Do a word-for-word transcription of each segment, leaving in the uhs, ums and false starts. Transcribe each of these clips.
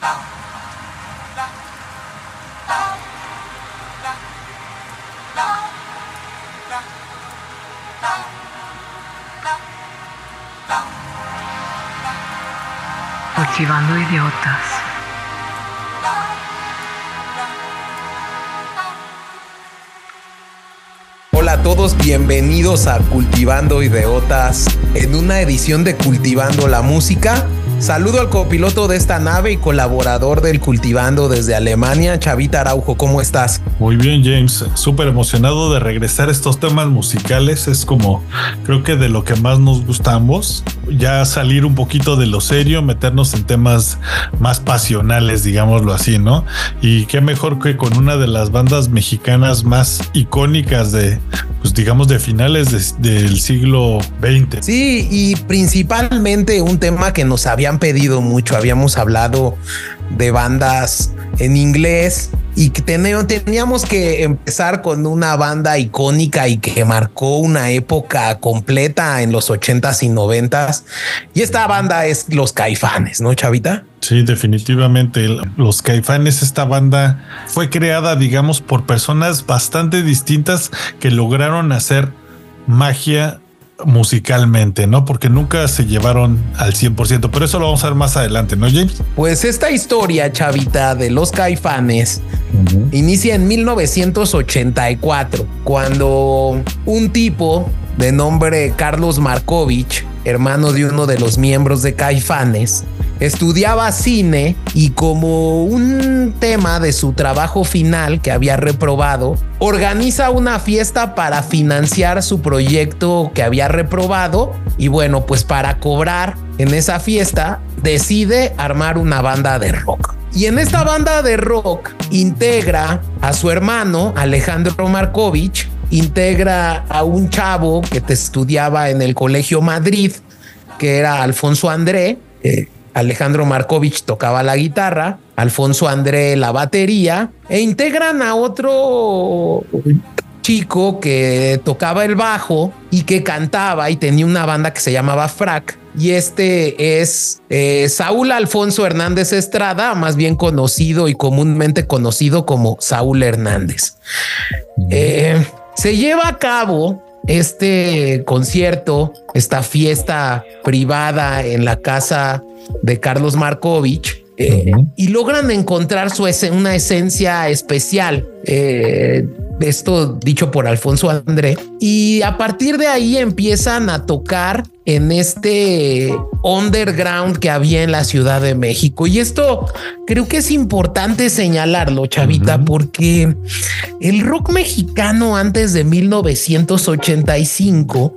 Cultivando idiotas. Hola a todos, bienvenidos a Cultivando Idiotas, en una edición de Cultivando la Música. Saludo al copiloto de esta nave y colaborador del Cultivando desde Alemania, Chavita Araujo, ¿cómo estás? Muy bien, James, súper emocionado de regresar a estos temas musicales. Es como, creo que de lo que más nos gusta a ambos, ya salir un poquito de lo serio, meternos en temas más pasionales, digámoslo así, ¿no? Y qué mejor que con una de las bandas mexicanas más icónicas de, pues digamos, de finales de, del siglo veinte. Sí, y principalmente un tema que nos habían pedido mucho. Habíamos hablado de bandas en inglés y que teníamos que empezar con una banda icónica y que marcó una época completa en los ochentas y noventas. Y esta banda es Los Caifanes, ¿no, Chavita? Sí, definitivamente. Los Caifanes, esta banda fue creada, digamos, por personas bastante distintas que lograron hacer magia musicalmente, ¿no? Porque nunca se llevaron al cien por ciento, pero eso lo vamos a ver más adelante, ¿no, James? Pues esta historia, Chavita, de Los Caifanes uh-huh. inicia en mil novecientos ochenta y cuatro, cuando un tipo de nombre Carlos Markovich, hermano de uno de los miembros de Caifanes, estudiaba cine y como un tema de su trabajo final que había reprobado, organiza una fiesta para financiar su proyecto que había reprobado y bueno, pues para cobrar en esa fiesta decide armar una banda de rock. Y en esta banda de rock integra a su hermano Alejandro Markovich, integra a un chavo que te estudiaba en el Colegio Madrid, que era Alfonso André. eh, Alejandro Markovich tocaba la guitarra, Alfonso André la batería, e integran a otro chico que tocaba el bajo y que cantaba y tenía una banda que se llamaba Frac. Y este es eh, Saúl Alfonso Hernández Estrada, más bien conocido y comúnmente conocido como Saúl Hernández. Eh, se lleva a cabo este concierto, esta fiesta privada en la casa de Carlos Markovich eh, uh-huh. y logran encontrar su es- una esencia especial. Eh, esto dicho por Alfonso André. Y a partir de ahí empiezan a tocar en este underground que había en la Ciudad de México. Y esto creo que es importante señalarlo, Chavita, uh-huh. porque el rock mexicano antes de mil novecientos ochenta y cinco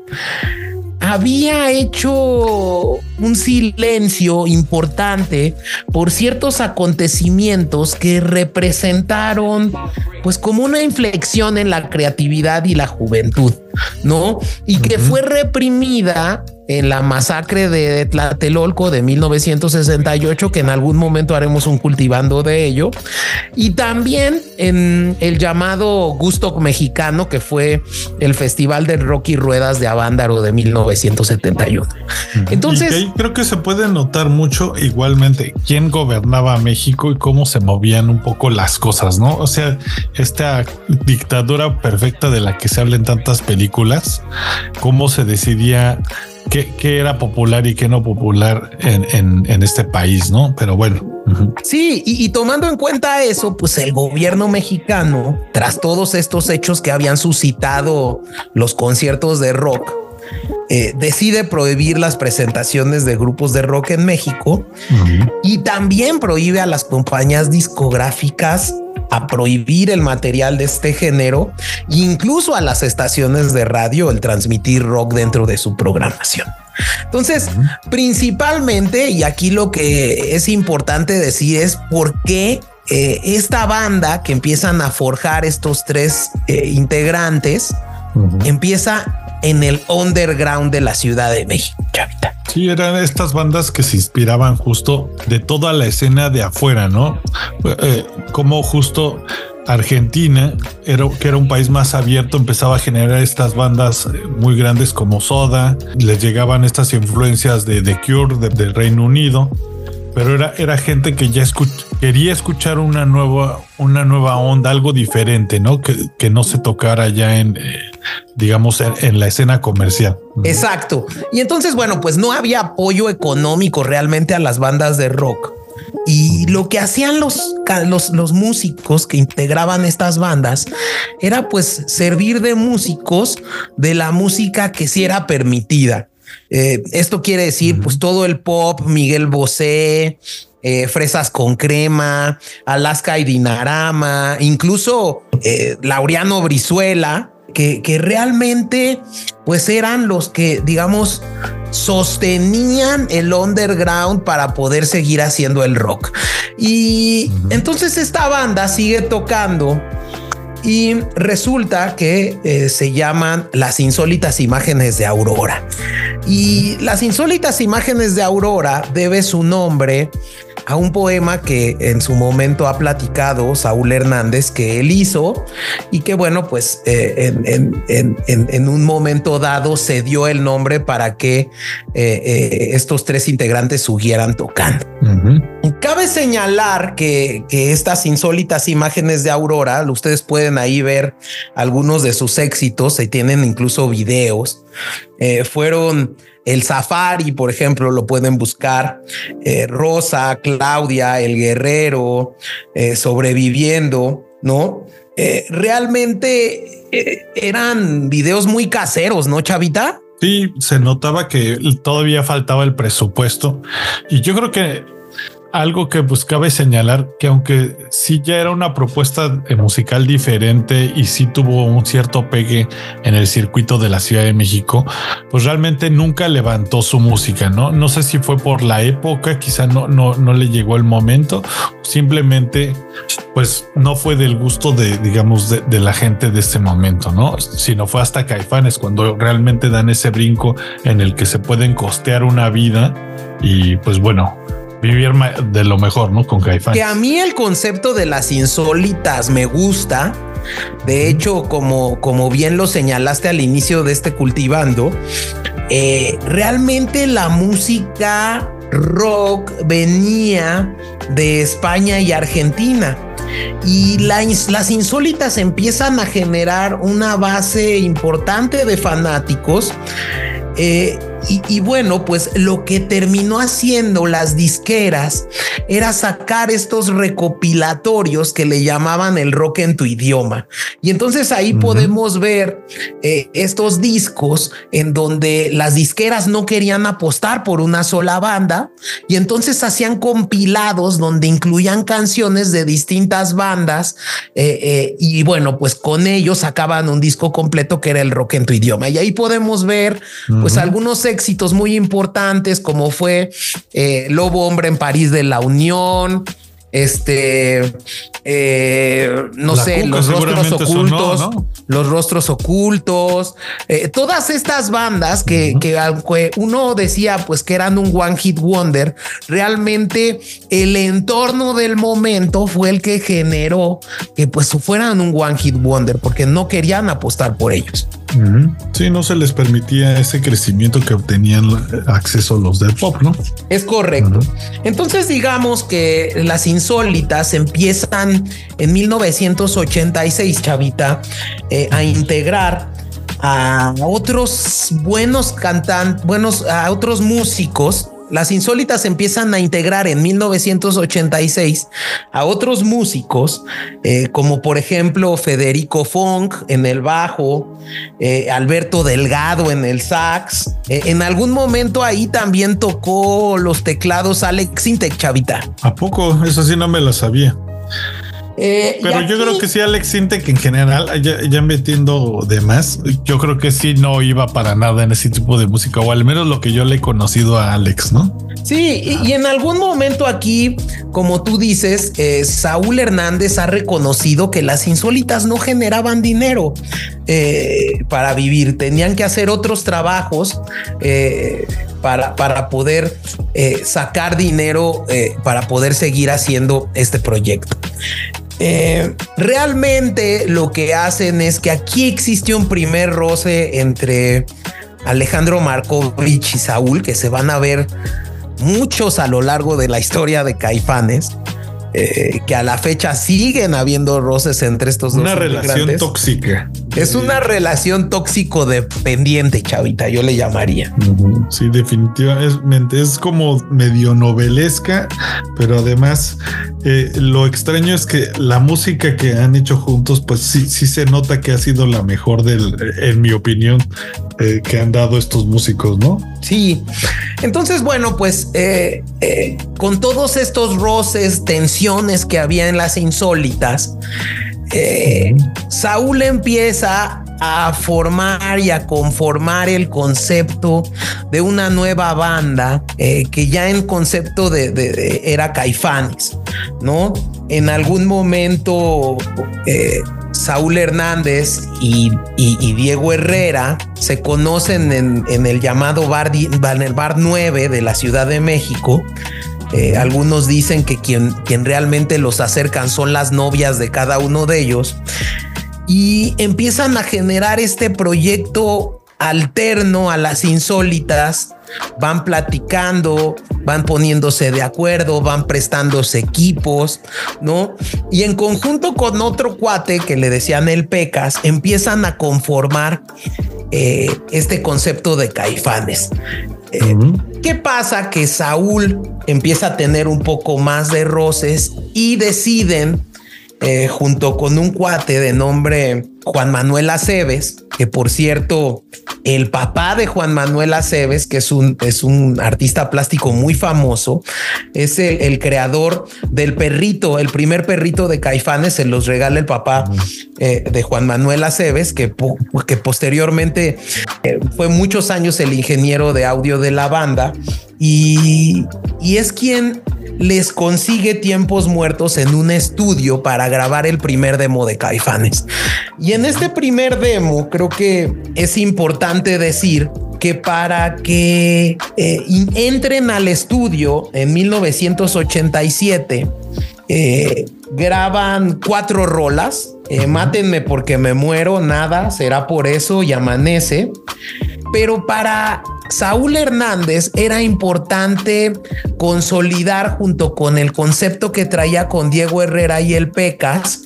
había hecho un silencio importante por ciertos acontecimientos que representaron pues como una inflexión en la creatividad y la juventud, ¿no? Y que uh-huh. fue reprimida en la masacre de Tlatelolco de mil novecientos sesenta y ocho, que en algún momento haremos un cultivando de ello, y también en el llamado Gustock mexicano, que fue el Festival del Rock y Ruedas de Avándaro de mil novecientos setenta y uno. Entonces, y que ahí creo que se puede notar mucho igualmente quién gobernaba México y cómo se movían un poco las cosas, ¿no? O sea, esta dictadura perfecta de la que se habla en tantas películas, cómo se decidía qué, qué era popular y qué no popular en, en, en este país, ¿no? Pero bueno. Uh-huh. Sí, y, y tomando en cuenta eso, pues el gobierno mexicano, tras todos estos hechos que habían suscitado los conciertos de rock, Eh, decide prohibir las presentaciones de grupos de rock en México uh-huh. y también prohíbe a las compañías discográficas a prohibir el material de este género, incluso a las estaciones de radio el transmitir rock dentro de su programación. Entonces, uh-huh. principalmente, y aquí lo que es importante decir es por qué eh, esta banda que empiezan a forjar estos tres eh, integrantes uh-huh. empieza en el underground de la Ciudad de México, Chavita. Sí, eran estas bandas que se inspiraban justo de toda la escena de afuera, ¿no? Eh, como justo Argentina, era, que era un país más abierto, empezaba a generar estas bandas muy grandes como Soda, les llegaban estas influencias de The Cure, de, del Reino Unido, pero era, era gente que ya escuch quería escuchar una nueva, una nueva onda, algo diferente, ¿no? Que, que no se tocara ya en, eh, digamos, en, en la escena comercial. Exacto. Y entonces, bueno, pues no había apoyo económico realmente a las bandas de rock. Y lo que hacían los, los, los músicos que integraban estas bandas era pues servir de músicos de la música que sí era permitida. Eh, esto quiere decir pues todo el pop, Miguel Bosé, eh, Fresas con Crema, Alaska y Dinarama, incluso eh, Laureano Brizuela, que, que realmente pues eran los que, digamos, sostenían el underground para poder seguir haciendo el rock. Y uh-huh. entonces esta banda sigue tocando y resulta que eh, se llaman Las Insólitas Imágenes de Aurora. Y Las Insólitas Imágenes de Aurora debe su nombre a un poema que en su momento ha platicado Saúl Hernández, que él hizo y que, bueno, pues eh, en, en, en, en, en un momento dado se dio el nombre para que eh, eh, estos tres integrantes siguieran tocando. Uh-huh. Cabe señalar que, que estas Insólitas Imágenes de Aurora, ustedes pueden ahí ver algunos de sus éxitos, y tienen incluso videos. Eh, fueron El Safari, por ejemplo, lo pueden buscar. Eh, Rosa, Claudia, El Guerrero, eh, Sobreviviendo, ¿no? Eh, realmente eh, eran videos muy caseros, ¿no, Chavita? Sí, se notaba que todavía faltaba el presupuesto. Y yo creo que algo que pues cabe señalar, que aunque sí ya era una propuesta musical diferente y sí tuvo un cierto pegue en el circuito de la Ciudad de México, pues realmente nunca levantó su música, ¿no? No sé si fue por la época, quizá no, no, no le llegó el momento, simplemente pues no fue del gusto de, digamos, de, de la gente de ese momento, ¿no? Sino fue hasta Caifanes cuando realmente dan ese brinco en el que se pueden costear una vida y pues bueno, vivir de lo mejor, ¿no? Con Caifanes. Que a mí el concepto de Las Insólitas me gusta. De hecho, como, como bien lo señalaste al inicio de este Cultivando, eh, realmente la música rock venía de España y Argentina. Y la, las Insólitas empiezan a generar una base importante de fanáticos. Eh, y, y bueno, pues lo que terminó haciendo las disqueras era sacar estos recopilatorios que le llamaban el rock en tu idioma. Y entonces ahí uh-huh. podemos ver eh, estos discos en donde las disqueras no querían apostar por una sola banda y entonces hacían compilados donde incluían canciones de distintas bandas eh, eh, y bueno, pues con ellos sacaban un disco completo que era el rock en tu idioma. Y ahí podemos ver uh-huh. pues algunos éxitos muy importantes como fue eh, Lobo Hombre en París de la Unión, este, eh, no la sé, Cuca, los rostros ocultos, sonó, ¿no? Los rostros ocultos, eh, todas estas bandas que, uh-huh. que aunque uno decía pues que eran un one hit wonder, realmente el entorno del momento fue el que generó que pues fueran un one hit wonder porque no querían apostar por ellos. Uh-huh. Sí, no se les permitía ese crecimiento que obtenían acceso a los del pop, ¿no? Es correcto. Uh-huh. Entonces digamos que Las Insólitas empiezan en mil novecientos ochenta y seis, Chavita, eh, a integrar a otros buenos cantantes, buenos, a otros músicos. Las Insólitas empiezan a integrar en mil novecientos ochenta y seis a otros músicos, eh, como por ejemplo Federico Funk en el bajo, eh, Alberto Delgado en el sax. Eh, en algún momento ahí también tocó los teclados Alex Intec, Chavita. ¿A poco? Eso sí no me lo sabía. Eh, Pero yo creo que sí, Alex Intec en general, ya, ya metiendo de más, yo creo que sí no iba para nada en ese tipo de música, o al menos lo que yo le he conocido a Alex, ¿no? Sí, y, y en algún momento aquí, como tú dices, eh, Saúl Hernández ha reconocido que Las Insólitas no generaban dinero eh, para vivir, tenían que hacer otros trabajos eh, para, para poder eh, sacar dinero, eh, para poder seguir haciendo este proyecto. Eh, realmente lo que hacen es que aquí existe un primer roce entre Alejandro Markovich y Saúl, que se van a ver muchos a lo largo de la historia de Caifanes, eh, que a la fecha siguen habiendo roces entre estos dos. Una relación tóxica. Es una relación tóxico dependiente, chavita, yo le llamaría. Sí, definitivamente es como medio novelesca, pero además eh, lo extraño es que la música que han hecho juntos, pues sí, sí se nota que ha sido la mejor del, en mi opinión, eh, que han dado estos músicos, ¿no? Sí. Entonces, bueno, pues eh, eh, con todos estos roces, tensiones que había en las Insólitas, eh, Saúl empieza a formar y a conformar el concepto de una nueva banda eh, que ya en concepto de, de, de era Caifanes, ¿no? En algún momento eh, Saúl Hernández y, y, y Diego Herrera se conocen en, en el llamado bar, en el bar nueve de la Ciudad de México. Eh, algunos dicen que quien, quien realmente los acercan son las novias de cada uno de ellos y empiezan a generar este proyecto alterno a las Insólitas. Van platicando, van poniéndose de acuerdo, van prestándose equipos, ¿no? Y en conjunto con otro cuate que le decían el Pecas, empiezan a conformar eh, este concepto de Caifanes. Eh, uh-huh. ¿Qué pasa? Que Saúl empieza a tener un poco más de roces y deciden, eh, junto con un cuate de nombre Juan Manuel Aceves, que por cierto, el papá de Juan Manuel Aceves, que es un, es un artista plástico muy famoso, es el, el creador del perrito, el primer perrito de Caifanes, se los regala el papá eh, de Juan Manuel Aceves, que, que posteriormente eh, fue muchos años el ingeniero de audio de la banda y, y es quien les consigue Tiempos Muertos en un estudio para grabar el primer demo de Caifanes. Y en este primer demo creo que es importante decir que para que eh, entren al estudio en mil novecientos ochenta y siete eh, graban cuatro rolas. Eh, Mátenme porque me muero, Nada, Será por eso y Amanece. Pero para Saúl Hernández era importante consolidar junto con el concepto que traía con Diego Herrera y el Pecas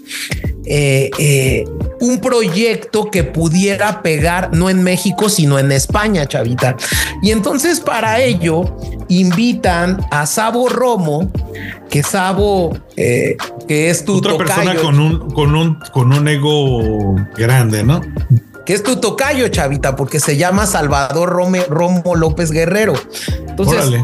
eh, eh, un proyecto que pudiera pegar no en México sino en España, chavita. Y entonces para ello invitan a Sabo Romo, que Sabo eh, que es tu otra tocayo, persona con un con un con un ego grande, ¿no? Que es tu tocayo, chavita, porque se llama Salvador Rome, Romo López Guerrero. Entonces, Órale.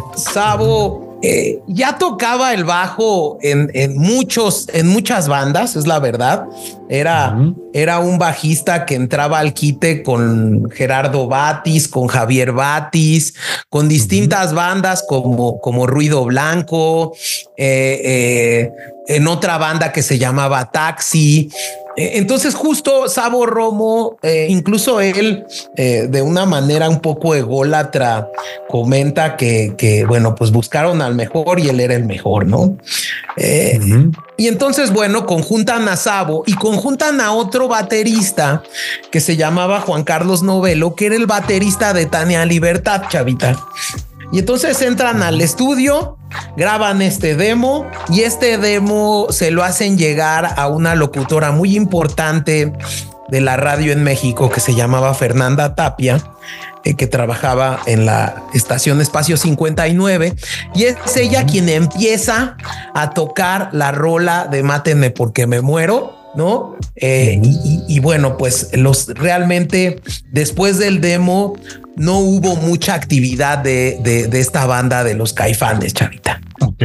Sabo eh, ya tocaba el bajo en, en muchos, en muchas bandas, es la verdad. Era, uh-huh. era un bajista que entraba al quite con Gerardo Batis, con Javier Batis, con distintas uh-huh. bandas como, como Ruido Blanco, eh, eh, en otra banda que se llamaba Taxi. Entonces justo Sabo Romo, eh, incluso él eh, de una manera un poco ególatra comenta que, que bueno, pues buscaron al mejor y él era el mejor, ¿no? Eh, uh-huh. Y entonces, bueno, conjuntan a Sabo y conjuntan a otro baterista que se llamaba Juan Carlos Novelo, que era el baterista de Tania Libertad, chavita. Y entonces entran al estudio, graban este demo y este demo se lo hacen llegar a una locutora muy importante de la radio en México que se llamaba Fernanda Tapia, eh, que trabajaba en la estación Espacio cincuenta y nueve, y es ella quien empieza a tocar la rola de Mátenme porque me muero, ¿no? Eh, y, y, y bueno, pues los realmente después del demo no hubo mucha actividad de, de, de esta banda de los Caifanes, chavita. Ok.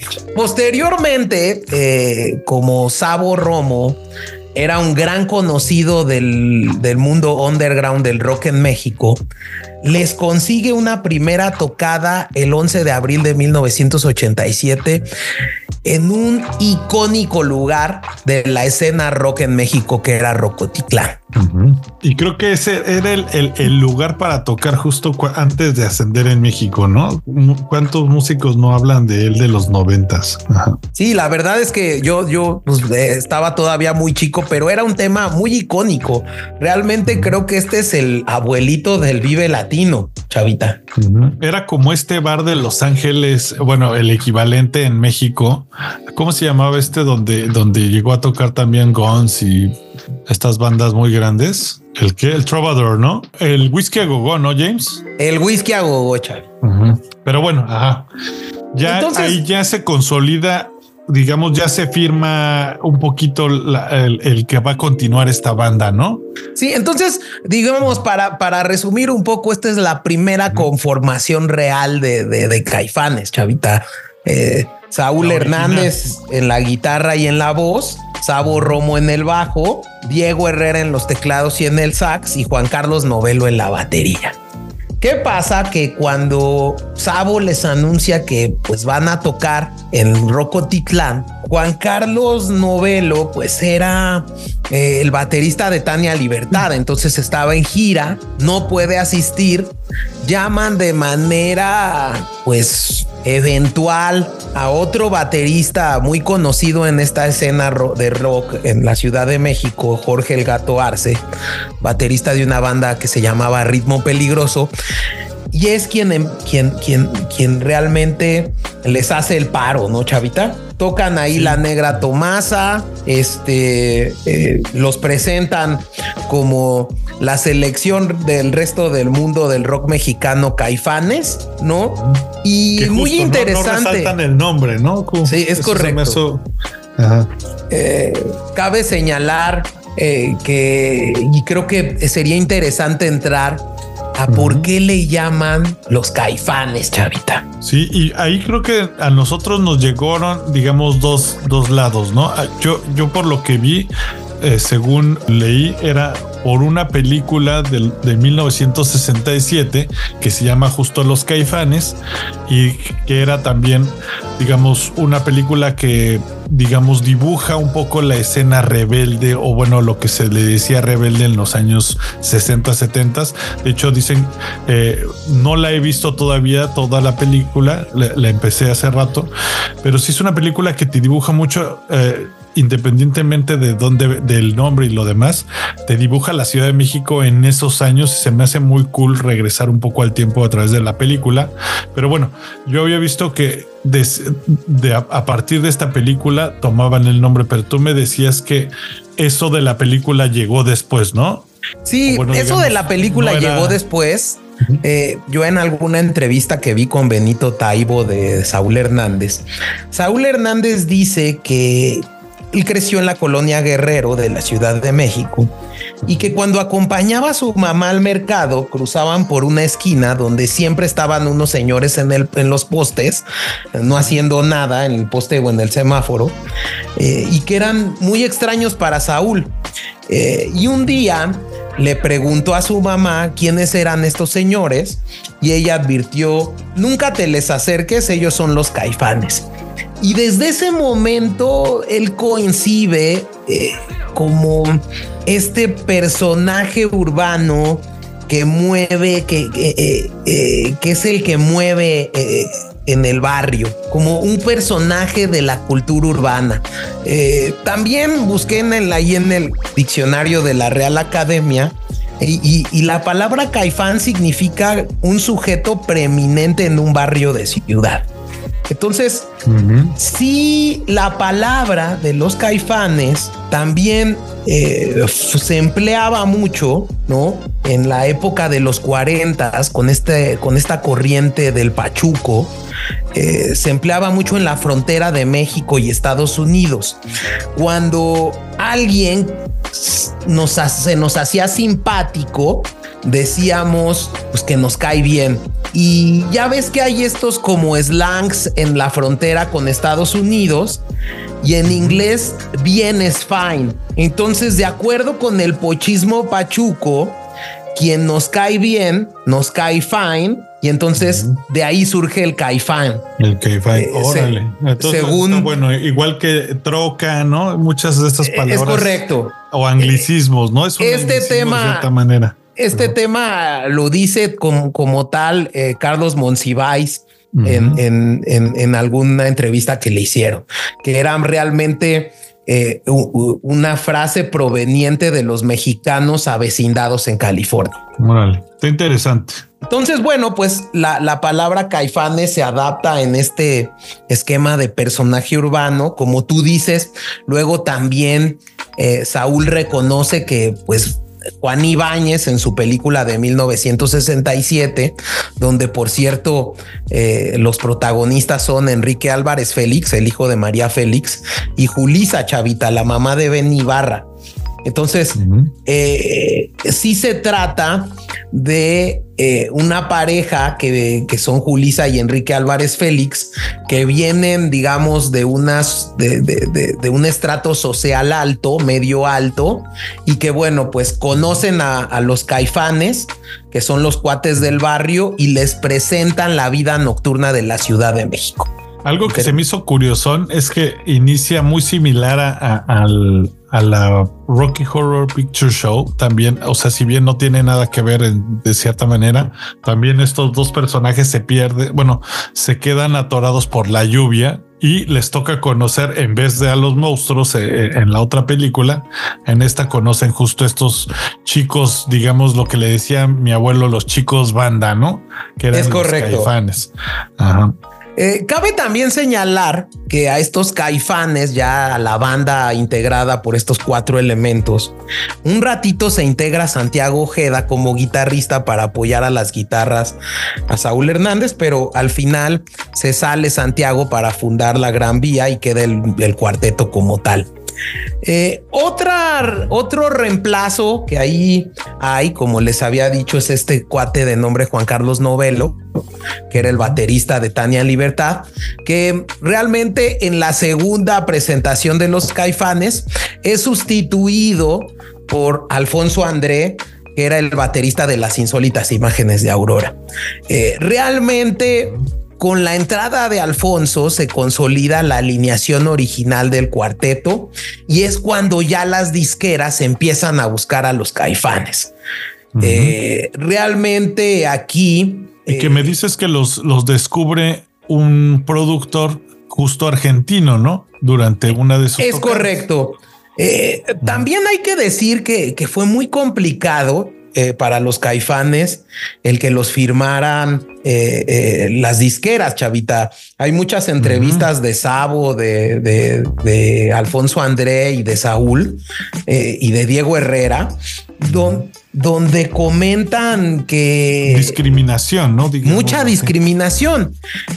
Posteriormente, eh, como Sabo Romo era un gran conocido del, del mundo underground del rock en México, les consigue una primera tocada el once de abril de mil novecientos ochenta y siete en un icónico lugar de la escena rock en México que era Rocotitlán. Uh-huh. Y creo que ese era el, el, el lugar para tocar justo cu- antes de ascender en México, ¿no? ¿Cuántos músicos no hablan de él de los noventas? Ajá. Sí, la verdad es que yo, yo pues, eh, estaba todavía muy chico, pero era un tema muy icónico. Realmente uh-huh. creo que este es el abuelito del Vive Latino. latino, chavita. Era como este bar de Los Ángeles, bueno, el equivalente en México. ¿Cómo se llamaba este donde, donde llegó a tocar también Guns y estas bandas muy grandes? El que el Trovador, ¿no? El Whisky a Go-Go, ¿no, James? El Whisky a Go-Go, chavi. Uh-huh. Pero bueno, ajá. Ya Entonces, ahí ya se consolida, digamos, ya se firma un poquito la, el, el que va a continuar esta banda, ¿no? Sí, entonces, digamos, para, para resumir un poco, esta es la primera conformación real de, de, de Caifanes, chavita. Eh, Saúl la Hernández original en la guitarra y en la voz, Sabo Romo en el bajo, Diego Herrera en los teclados y en el sax y Juan Carlos Novelo en la batería. ¿Qué pasa? Que cuando Sabo les anuncia que pues van a tocar en Rocotitlán, Juan Carlos Novelo pues era eh, el baterista de Tania Libertad, entonces estaba en gira, no puede asistir, llaman de manera pues eventual a otro baterista muy conocido en esta escena de rock en la Ciudad de México, Jorge el Gato Arce, baterista de una banda que se llamaba Ritmo Peligroso, y es quien, quien, quien, quien realmente les hace el paro, ¿no, chavita? Tocan ahí sí. La Negra Tomasa, este, eh, los presentan como la selección del resto del mundo del rock mexicano Caifanes, ¿no? Y que muy justo, interesante. No, no resaltan el nombre, ¿no? Como sí, es correcto. Eso... Ajá. Eh, cabe señalar eh, que, y creo que sería interesante entrar a por uh-huh. qué le llaman los Caifanes, chavita. Sí, y ahí creo que a nosotros nos llegaron, digamos, dos, dos lados, ¿no? Yo, yo por lo que vi, eh, según leí, era por una película del, de mil novecientos sesenta y siete que se llama justo Los Caifanes y que era también, digamos, una película que, digamos, dibuja un poco la escena rebelde o bueno, lo que se le decía rebelde en los años sesenta, setenta. De hecho, dicen, eh, no la he visto todavía toda la película, la, la empecé hace rato, pero sí es una película que te dibuja mucho, eh, independientemente de dónde, del nombre y lo demás, te dibuja la Ciudad de México en esos años y se me hace muy cool regresar un poco al tiempo a través de la película. Pero bueno, yo había visto que de, de, a partir de esta película tomaban el nombre, pero tú me decías que eso de la película llegó después, ¿no? Sí, bueno, eso digamos, de la película no era... llegó después. Uh-huh. Eh, yo en alguna entrevista que vi con Benito Taibo de Saúl Hernández, Saúl Hernández dice que él creció en la colonia Guerrero de la Ciudad de México y que cuando acompañaba a su mamá al mercado cruzaban por una esquina donde siempre estaban unos señores en, el, en los postes, no haciendo nada en el poste o en el semáforo, eh, y que eran muy extraños para Saúl. Eh, y un día le preguntó a su mamá quiénes eran estos señores y ella advirtió: nunca te les acerques, ellos son los Caifanes. Y desde ese momento él coincide eh, como este personaje urbano que mueve, que, que, eh, eh, que es el que mueve eh, en el barrio, como un personaje de la cultura urbana. Eh, también busqué en el, ahí en el diccionario de la Real Academia y, y, y la palabra Caifán significa un sujeto preeminente en un barrio de ciudad. Entonces, uh-huh. sí, la palabra de los Caifanes también eh, se empleaba mucho, ¿no? En la época de los cuarentas, con este, con esta corriente del pachuco, eh, se empleaba mucho en la frontera de México y Estados Unidos. Cuando alguien nos, se nos hacía simpático, decíamos pues que nos cae bien. Y ya ves que hay estos como slangs en la frontera con Estados Unidos y en inglés bien es fine. Entonces, de acuerdo con el pochismo pachuco, quien nos cae bien nos cae fine y entonces uh-huh. de ahí surge el Caifán. El Caifán, eh, órale. Entonces, según, bueno, igual que troca, ¿no? Muchas de estas palabras. Es correcto. O anglicismos, ¿no? Es un este tema de cierta manera. Este uh-huh. tema lo dice como, como tal eh, Carlos Monsiváis uh-huh. en, en, en, en alguna entrevista que le hicieron, que eran realmente eh, una frase proveniente de los mexicanos avecindados en California. Órale, está interesante. Entonces, bueno, pues la, la palabra Caifanes se adapta en este esquema de personaje urbano. Como tú dices, luego también eh, Saúl reconoce que pues Juan Ibáñez en su película de mil novecientos sesenta y siete, donde por cierto eh, los protagonistas son Enrique Álvarez Félix, el hijo de María Félix, y Julisa Chavita, la mamá de Ben Ibarra. Entonces, uh-huh. eh, sí se trata de eh, una pareja que, que son Julisa y Enrique Álvarez Félix, que vienen, digamos, de unas de, de, de, de un estrato social alto, medio alto, y que, bueno, pues conocen a, a los Caifanes, que son los cuates del barrio, y les presentan la vida nocturna de la Ciudad de México. Algo que Pero, se me hizo curiosón es que inicia muy similar a, a, al, a la Rocky Horror Picture Show también. O sea, si bien no tiene nada que ver en, de cierta manera, también estos dos personajes se pierden, bueno, se quedan atorados por la lluvia y les toca conocer, en vez de a los monstruos eh, en la otra película, en esta conocen justo estos chicos, digamos lo que le decía mi abuelo, los chicos banda, ¿no? Que eran es correcto. Los Caifanes. Ajá. Eh, cabe también señalar que a estos Caifanes, ya a la banda integrada por estos cuatro elementos, un ratito se integra Santiago Ojeda como guitarrista para apoyar a las guitarras a Saúl Hernández, pero al final se sale Santiago para fundar la Gran Vía y queda el, el cuarteto como tal. Eh, otra, otro reemplazo que ahí hay, como les había dicho, es este cuate de nombre Juan Carlos Novelo, que era el baterista de Tania Libertad, que realmente en la segunda presentación de los Caifanes es sustituido por Alfonso André, que era el baterista de Las Insólitas Imágenes de Aurora. Eh, realmente, con la entrada de Alfonso se consolida la alineación original del cuarteto y es cuando ya las disqueras empiezan a buscar a los Caifanes. Uh-huh. Eh, realmente aquí... Y que eh, me dices que los, los descubre un productor justo argentino, ¿no? Durante una de sus... Es tocadas. Correcto. Eh, uh-huh. También hay que decir que, que fue muy complicado Eh, para los Caifanes el que los firmaran eh, eh, las disqueras, Chavita. Hay muchas entrevistas uh-huh. de Sabo, de, de, de Alfonso André y de Saúl eh, y de Diego Herrera, don, donde comentan que discriminación, ¿no? Digamos, mucha discriminación.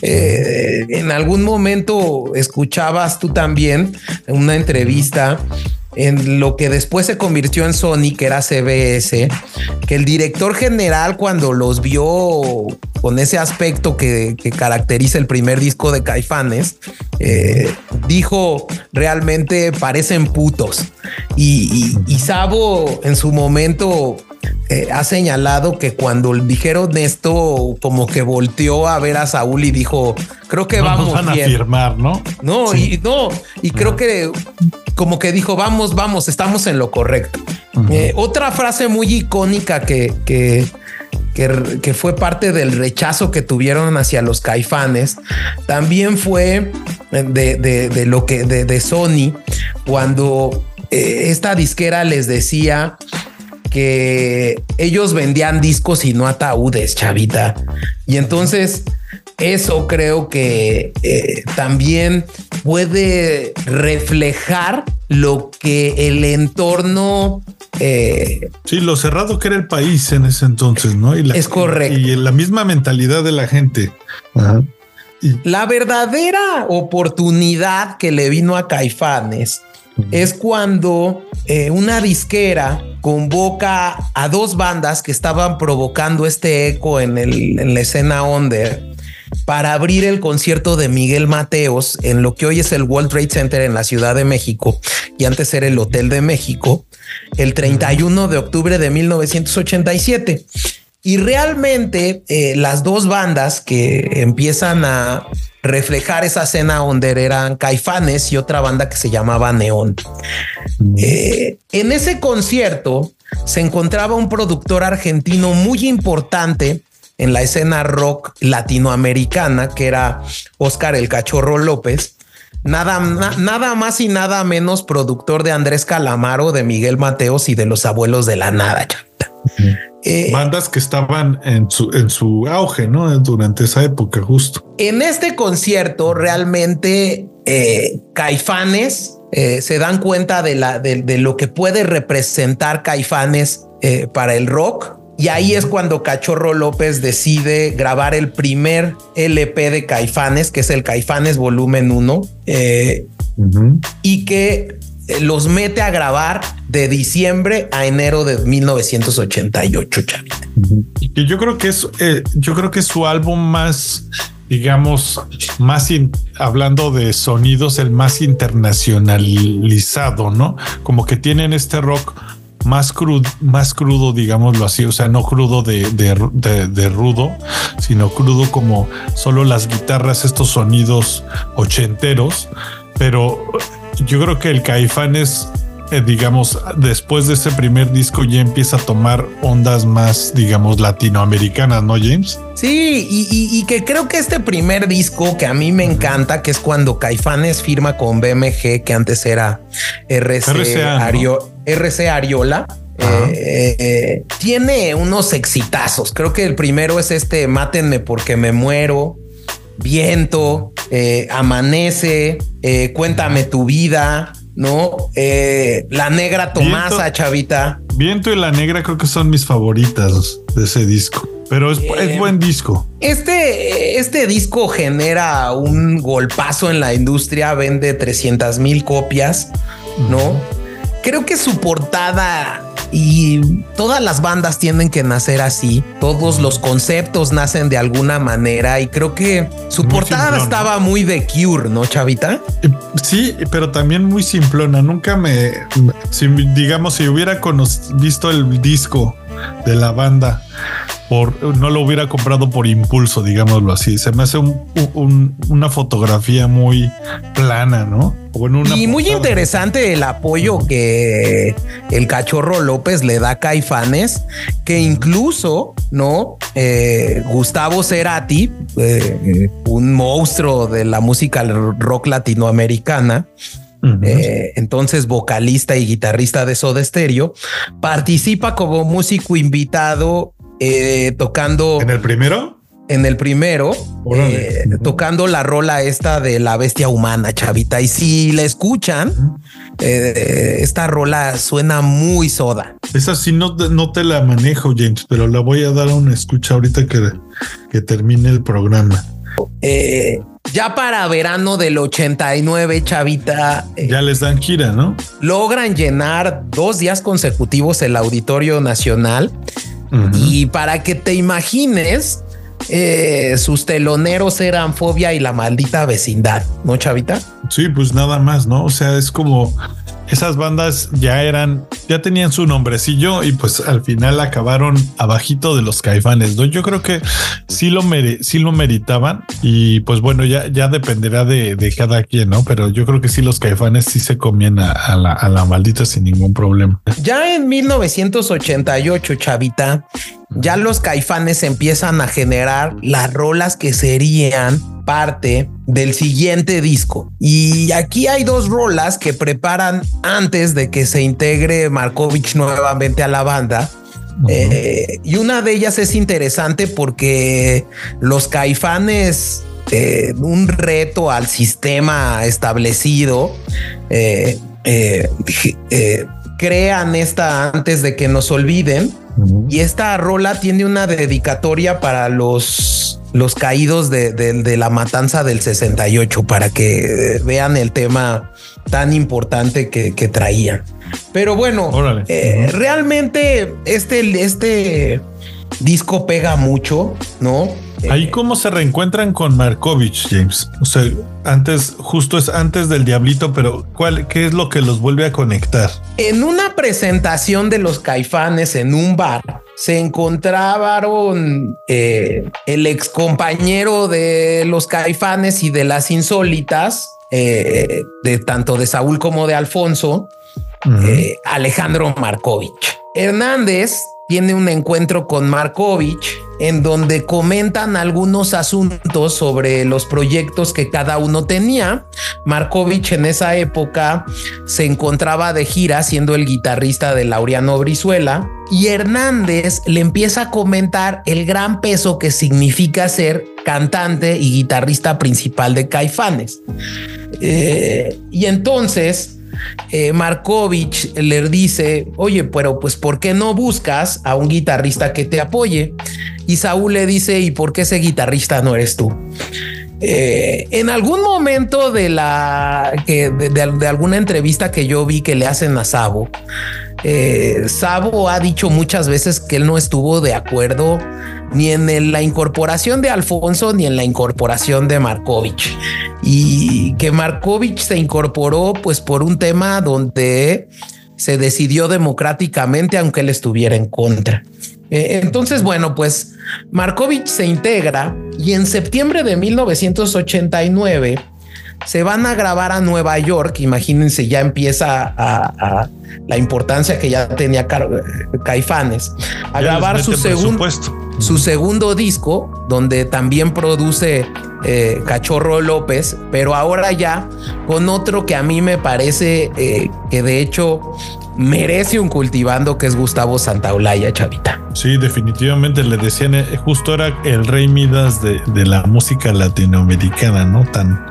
Eh, en algún momento escuchabas tú también una entrevista en lo que después se convirtió en Sony, que era C B S, que el director general, cuando los vio con ese aspecto que, que caracteriza el primer disco de Caifanes, eh, dijo, realmente parecen putos. Y, y, y Sabo en su momento eh, ha señalado que cuando dijeron esto, como que volteó a ver a Saúl y dijo, creo que no vamos nos van bien. a firmar, ¿no? No, sí. y no, y creo uh-huh. que como que dijo, vamos, vamos, estamos en lo correcto. Uh-huh. Eh, otra frase muy icónica que, que, que, que fue parte del rechazo que tuvieron hacia los Caifanes, también fue de, de, de lo que de, de Sony, cuando eh, esta disquera les decía que ellos vendían discos y no ataúdes, Chavita. Y entonces eso creo que eh, también puede reflejar lo que el entorno... Eh, sí, lo cerrado que era el país en ese entonces, ¿no? Y la, es correcto. Y, y la misma mentalidad de la gente. Ajá. Y la verdadera oportunidad que le vino a Caifanes uh-huh. es cuando eh, una disquera convoca a dos bandas que estaban provocando este eco en, el, en la escena under para abrir el concierto de Miguel Mateos en lo que hoy es el World Trade Center en la Ciudad de México y antes era el Hotel de México, el treinta y uno de octubre de mil novecientos ochenta y siete. Y realmente eh, las dos bandas que empiezan a reflejar esa escena under eran Caifanes y otra banda que se llamaba Neón. Eh, en ese concierto se encontraba un productor argentino muy importante en la escena rock latinoamericana, que era Oscar el Cachorro López, nada, na, nada más y nada menos productor de Andrés Calamaro, de Miguel Mateos y de Los Abuelos de la Nada. Eh, Bandas que estaban en su, en su auge, ¿no? Durante esa época, justo. En este concierto, realmente eh, Caifanes eh, se dan cuenta de, la, de, de lo que puede representar Caifanes eh, para el rock. Y ahí es cuando Cachorro López decide grabar el primer L P de Caifanes, que es el Caifanes Volumen uno, eh, uh-huh. y que los mete a grabar de diciembre a enero de mil novecientos ochenta y ocho, chavita. Y que yo creo que es, eh, yo creo que es su álbum más, digamos, más in, hablando de sonidos, el más internacionalizado, ¿no? Como que tienen este rock más crudo, más crudo, digámoslo así, o sea, no crudo de, de, de, de rudo, sino crudo como solo las guitarras, estos sonidos ochenteros, pero yo creo que el Caifanes, eh, digamos, después de ese primer disco ya empieza a tomar ondas más, digamos, latinoamericanas, ¿no, James? Sí, y, y, y que creo que este primer disco que a mí me encanta, que es cuando Caifanes firma con B M G, que antes era R C, R C A, ¿no? Ario, R C Ariola, eh, eh, tiene unos exitazos. Creo que el primero es este Mátenme porque me muero, Viento, eh, Amanece, eh, Cuéntame tu vida, ¿no? Eh, La Negra Tomasa, Viento, chavita. Viento y La Negra creo que son mis favoritas de ese disco, pero es, eh, es buen disco. Este, este disco genera un golpazo en la industria, vende trescientas mil copias, ¿no? Uh-huh. Creo que su portada, y todas las bandas tienen que nacer así, todos los conceptos nacen de alguna manera, y creo que su muy portada simplona. Estaba muy de Cure, ¿no, chavita? Sí, pero también muy simplona. Nunca me, si, digamos, si hubiera visto el disco de la banda, por, no lo hubiera comprado por impulso, digámoslo así. Se me hace un, un, una fotografía muy plana, ¿no? Bueno, una y muy interesante el apoyo que el Cachorro López le da a Caifanes, que incluso, ¿no? Eh, Gustavo Cerati, eh, un monstruo de la música rock latinoamericana, Uh-huh. Eh, entonces vocalista y guitarrista de Soda Stereo, participa como músico invitado eh, tocando en el primero en el primero eh, uh-huh. tocando la rola esta de La Bestia Humana, chavita, y si la escuchan uh-huh. eh, esta rola suena muy Soda. Esa sí no, no te la manejo, James, pero la voy a dar a una escucha ahorita que, que termine el programa. eh Ya para verano del ochenta y nueve, chavita, ya eh, les dan gira, ¿no? Logran llenar dos días consecutivos el Auditorio Nacional. Uh-huh. Y para que te imagines, eh, sus teloneros eran Fobia y La Maldita Vecindad, ¿no, chavita? Sí, pues nada más, ¿no? O sea, es como esas bandas ya eran, ya tenían su nombrecillo y pues al final acabaron abajito de los Caifanes, ¿no? Yo creo que sí lo, mere, sí lo meritaban y pues bueno, ya, ya dependerá de, de cada quien, ¿no? Pero yo creo que sí los Caifanes sí se comían a, a, la, a la Maldita sin ningún problema. Ya en mil novecientos ochenta y ocho, chavita, ya los Caifanes empiezan a generar las rolas que serían parte del siguiente disco. Y aquí hay dos rolas que preparan antes de que se integre Markovich nuevamente a la banda. Uh-huh. Eh, y una de ellas es interesante porque los Caifanes, eh, un reto al sistema establecido, eh, eh, eh, crean esta Antes de que nos olviden. Uh-huh. Y esta rola tiene una dedicatoria para los, los caídos de, de, de la matanza del sesenta y ocho, para que vean el tema tan importante que, que traían. Pero bueno, eh, uh-huh. realmente este, este disco pega mucho, ¿no? Ahí cómo se reencuentran con Markovich, James. O sea, antes, justo es antes del Diablito, pero ¿cuál, qué es lo que los vuelve a conectar? En una presentación de los Caifanes en un bar, se encontraron eh, el ex compañero de los Caifanes y de las Insólitas, eh, de tanto de Saúl como de Alfonso, uh-huh. eh, Alejandro Markovich. Hernández tiene un encuentro con Markovich en donde comentan algunos asuntos sobre los proyectos que cada uno tenía. Markovich en esa época se encontraba de gira siendo el guitarrista de Laureano Brizuela, y Hernández le empieza a comentar el gran peso que significa ser cantante y guitarrista principal de Caifanes. Eh, y entonces eh, Markovich le dice, oye, pero pues ¿por qué no buscas a un guitarrista que te apoye? Y Saúl le dice, ¿y por qué ese guitarrista no eres tú? Eh, en algún momento de la que de, de, de alguna entrevista que yo vi que le hacen a Sabo, eh, Sabo ha dicho muchas veces que él no estuvo de acuerdo ni en el, la incorporación de Alfonso ni en la incorporación de Markovich, y que Markovich se incorporó pues por un tema donde se decidió democráticamente aunque él estuviera en contra. Eh, entonces, bueno, pues Markovich se integra y en septiembre de mil novecientos ochenta y nueve se van a grabar a Nueva York. Imagínense, ya empieza a, a la importancia que ya tenía Caifanes a ya grabar su segundo, su segundo disco, donde también produce eh, Cachorro López, pero ahora ya con otro que a mí me parece eh, que de hecho merece un cultivando, que es Gustavo Santaolalla, chavita. Sí, definitivamente le decían, eh, justo era el rey Midas de, de la música latinoamericana, ¿no? Tan,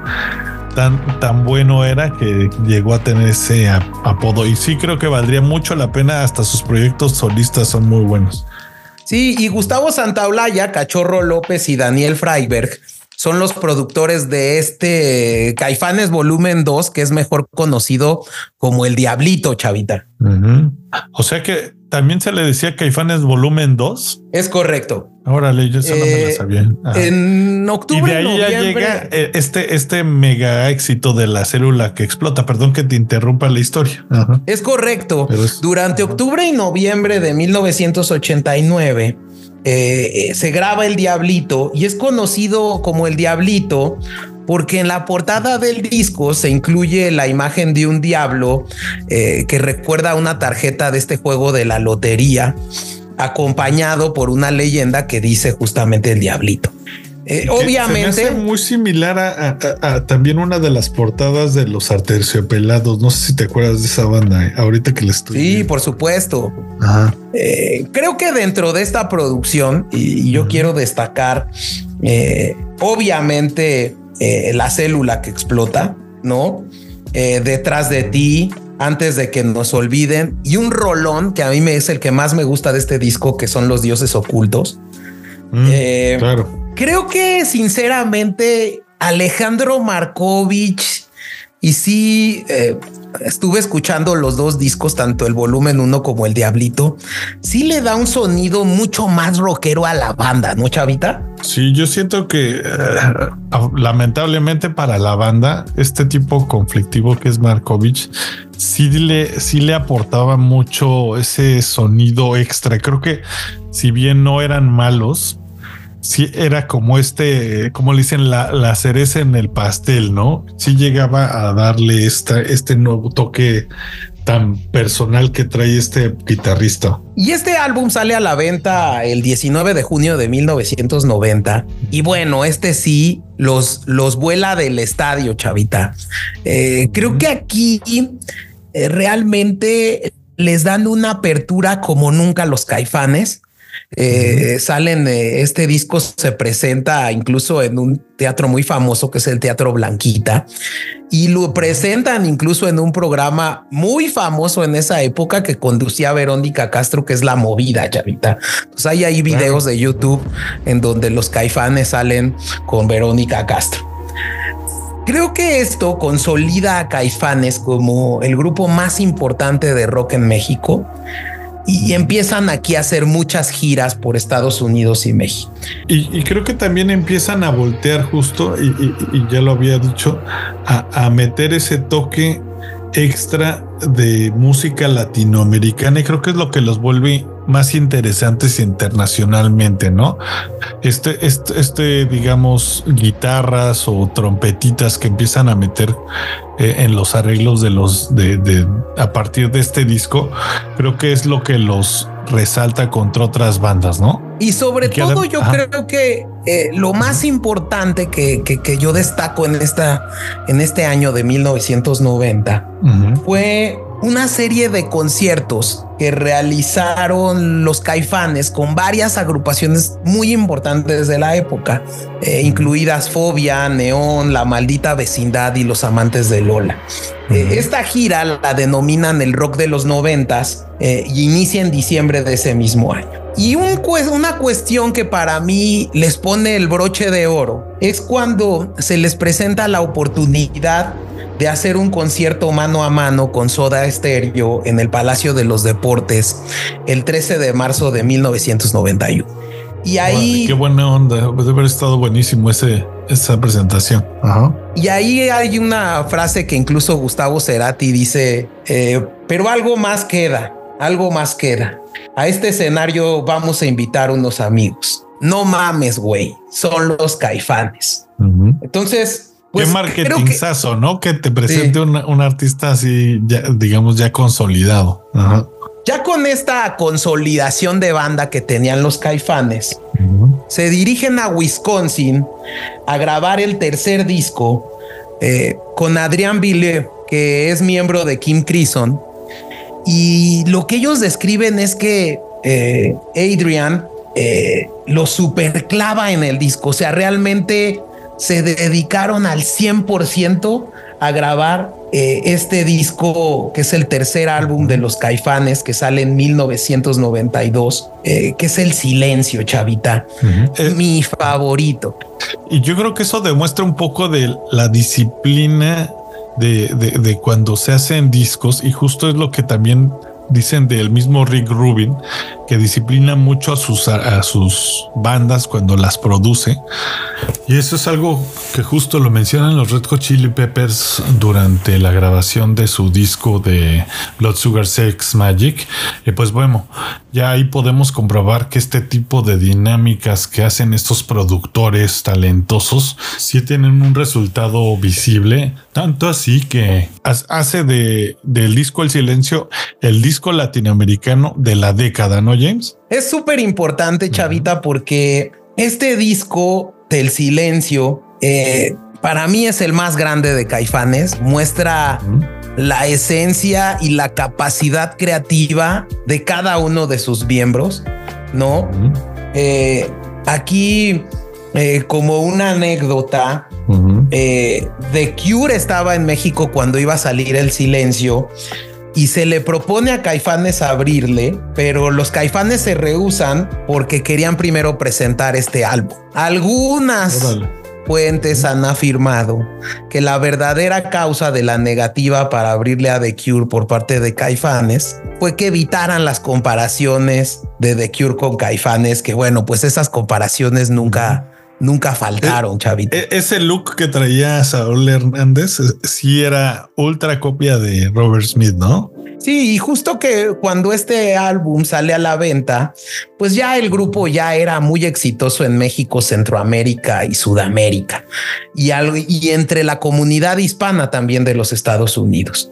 tan, tan bueno era que llegó a tener ese apodo. Y sí, creo que valdría mucho la pena, hasta sus proyectos solistas son muy buenos. Sí, y Gustavo Santaolalla, Cachorro López y Daniel Freiberg son los productores de este Caifanes Volumen dos, que es mejor conocido como El Diablito, chavita. Uh-huh. O sea que también se le decía Caifanes Volumen dos. Es correcto. Órale, yo eso eh, no me lo sabía. Ajá. En octubre, y de ahí noviembre, ya llega este, este mega éxito de La Célula que Explota. Perdón que te interrumpa la historia. Ajá. Es correcto. Es, Durante ajá. octubre y noviembre de mil novecientos ochenta y nueve eh, eh, se graba El Diablito, y es conocido como El Diablito porque en la portada del disco se incluye la imagen de un diablo eh, que recuerda una tarjeta de este juego de la lotería, acompañado por una leyenda que dice justamente El Diablito. Eh, obviamente se me hace muy similar a, a, a también una de las portadas de Los Aterciopelados. No sé si te acuerdas de esa banda, eh, ahorita que le estoy sí, viendo. Por supuesto. Ajá. Eh, creo que dentro de esta producción, y, y yo Ajá. quiero destacar eh, obviamente eh, La Célula que Explota, ¿no? Eh, Detrás de Ti, Antes de que nos olviden, y un rolón que a mí me es el que más me gusta de este disco, que son Los Dioses Ocultos. Mm, eh, claro. Creo que sinceramente Alejandro Markovich, y sí eh, estuve escuchando los dos discos, tanto el volumen uno como El Diablito, sí le da un sonido mucho más rockero a la banda, ¿no, chavita? Sí, yo siento que uh, lamentablemente para la banda, este tipo conflictivo que es Markovich, sí le, sí le aportaba mucho ese sonido extra. Creo que si bien no eran malos, sí era como este, como le dicen, la, la cereza en el pastel, ¿no? Sí llegaba a darle esta, este nuevo toque tan personal que trae este guitarrista. Y este álbum sale a la venta el diecinueve de junio de mil novecientos noventa. Y bueno, este sí los, los vuela del estadio, chavita. Eh, creo que aquí eh, realmente les dan una apertura como nunca los Caifanes. Eh, uh-huh. Salen, eh, este disco se presenta incluso en un teatro muy famoso que es el Teatro Blanquita, y lo presentan incluso en un programa muy famoso en esa época que conducía Verónica Castro, que es La Movida, chavita. Entonces hay ahí videos de YouTube en donde los Caifanes salen con Verónica Castro. Creo que esto consolida a Caifanes como el grupo más importante de rock en México, y empiezan aquí a hacer muchas giras por Estados Unidos y México. Y, y creo que también empiezan a voltear justo, y, y, y ya lo había dicho, a, a meter ese toque extra de música latinoamericana, y creo que es lo que los vuelve más interesantes internacionalmente, ¿no? Este, este, este, digamos, guitarras o trompetitas que empiezan a meter eh, en los arreglos de los, de, de, a partir de este disco, creo que es lo que los resalta contra otras bandas, ¿no? Y sobre y todo yo Ajá. creo que eh, lo más importante que, que, que yo destaco en, esta, en este año de mil novecientos noventa uh-huh. fue una serie de conciertos que realizaron los Caifanes con varias agrupaciones muy importantes de la época, eh, incluidas Fobia, Neón, La Maldita Vecindad y Los Amantes de Lola. Uh-huh. Eh, esta gira la denominan el rock de los noventas eh, y inicia en diciembre de ese mismo año. Y un, una cuestión que para mí les pone el broche de oro es cuando se les presenta la oportunidad de hacer un concierto mano a mano con Soda Stereo en el Palacio de los Deportes el trece de marzo de mil novecientos noventa y uno. Y ahí... Wow, qué buena onda, debe haber estado buenísimo ese, esa presentación. Ajá. Y ahí hay una frase que incluso Gustavo Cerati dice, eh, pero algo más queda, algo más queda. A este escenario vamos a invitar unos amigos. No mames, güey, son los Caifanes. Uh-huh. Entonces... Pues qué marketingazo, que, ¿no? Que te presente sí. un, un artista así, ya, digamos, ya consolidado. Ajá. Ya con esta consolidación de banda que tenían los Caifanes, uh-huh. se dirigen a Wisconsin a grabar el tercer disco eh, con Adrián Villiers, que es miembro de King Crimson. Y lo que ellos describen es que eh, Adrian eh, lo superclava en el disco. O sea, realmente se dedicaron al cien por ciento a grabar eh, este disco, que es el tercer álbum de los Caifanes, que sale en mil novecientos noventa y dos, eh, que es El Silencio, chavita. Uh-huh. Es mi favorito. Y yo creo que eso demuestra un poco de la disciplina de, de, de cuando se hacen discos, y justo es lo que también dicen del mismo Rick Rubin, que disciplina mucho a sus, a, a sus bandas cuando las produce. Y eso es algo que justo lo mencionan los Red Hot Chili Peppers durante la grabación de su disco de Blood Sugar Sex Magic. Y pues bueno, ya ahí podemos comprobar que este tipo de dinámicas que hacen estos productores talentosos sí tienen un resultado visible, tanto así que hace de, del disco El Silencio el disco latinoamericano de la década, ¿no, James? Es súper importante, chavita, porque este disco del Silencio eh, para mí es el más grande de Caifanes. Muestra uh-huh. la esencia y la capacidad creativa de cada uno de sus miembros, ¿no? Uh-huh. Eh, aquí, eh, como una anécdota, uh-huh. eh, The Cure estaba en México cuando iba a salir El Silencio y se le propone a Caifanes abrirle, pero los Caifanes se rehúsan porque querían primero presentar este álbum. Algunas Órale. fuentes han afirmado que la verdadera causa de la negativa para abrirle a The Cure por parte de Caifanes fue que evitaran las comparaciones de The Cure con Caifanes, que bueno, pues esas comparaciones nunca... Nunca faltaron, chavito. Ese look que traía Saúl Hernández sí era ultra copia de Robert Smith, ¿no? Sí, y justo que cuando este álbum sale a la venta, pues ya el grupo ya era muy exitoso en México, Centroamérica y Sudamérica, y, algo, y entre la comunidad hispana también de los Estados Unidos.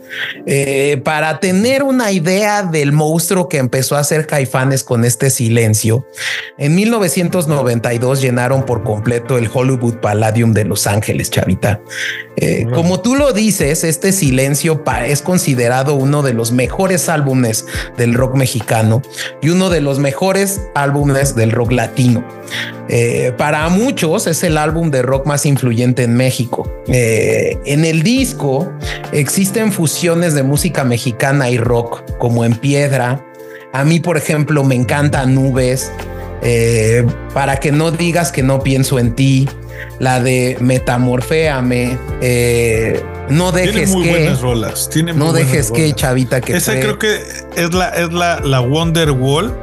Eh, para tener una idea del monstruo que empezó a hacer Caifanes con este Silencio, en mil novecientos noventa y dos llenaron por completo el Hollywood Palladium de Los Ángeles, chavita. Eh, bueno. Como tú lo dices, este Silencio es considerado uno de los mejores álbumes del rock mexicano y uno de los mejores álbumes del rock latino. Eh, para muchos es el álbum de rock más influyente en México. Eh, en el disco existen fusiones de música mexicana y rock, como En Piedra. A mí, por ejemplo, me encanta Nubes, eh, Para que no digas que no pienso en ti, la de Metamorféame, eh, no dejes tiene muy que buenas rolas, tiene muy no dejes rolas. que chavita que esa fue. Creo que es la es la, la Wonderwall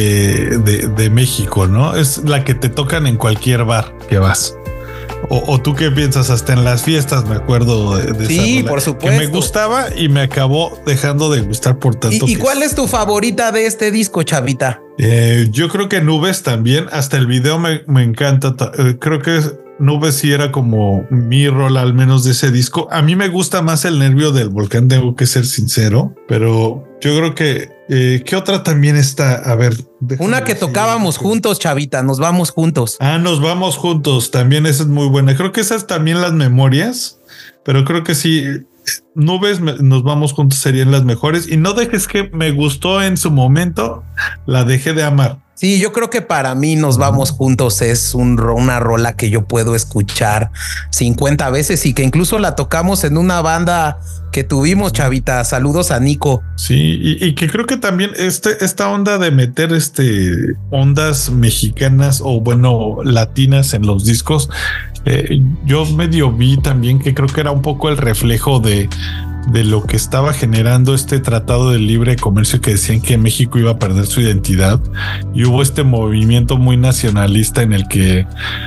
de, de, de México, ¿no? Es la que te tocan en cualquier bar que vas. O, o tú qué piensas, hasta en las fiestas me acuerdo de, de sí, esa rola, por supuesto, que me gustaba y me acabó dejando de gustar por tanto. ¿Y, y cuál es tu favorita de este disco, chavita? Eh, yo creo que Nubes también, hasta el video me, me encanta. Creo que es Nubes sí era como mi rol, al menos de ese disco. A mí me gusta más El Nervio del Volcán, tengo que ser sincero, pero yo creo que eh, ¿qué otra también está? A ver, una que tocábamos si... juntos, Chavita, Nos Vamos Juntos. Ah, Nos Vamos Juntos, también esa es muy buena. Creo que esas también Las Memorias, pero creo que sí, Nubes, Nos Vamos Juntos serían las mejores. Y No Dejes Que me gustó en su momento, La Dejé de Amar. Sí, yo creo que para mí Nos Vamos Juntos es un, una rola que yo puedo escuchar cincuenta veces y que incluso la tocamos en una banda que tuvimos, Chavita. Saludos a Nico. Sí, y, y que creo que también este, esta onda de meter este ondas mexicanas o bueno, latinas en los discos, eh, yo medio vi también que creo que era un poco el reflejo de de lo que estaba generando este tratado de libre comercio, que decían que México iba a perder su identidad, y hubo este movimiento muy nacionalista en el que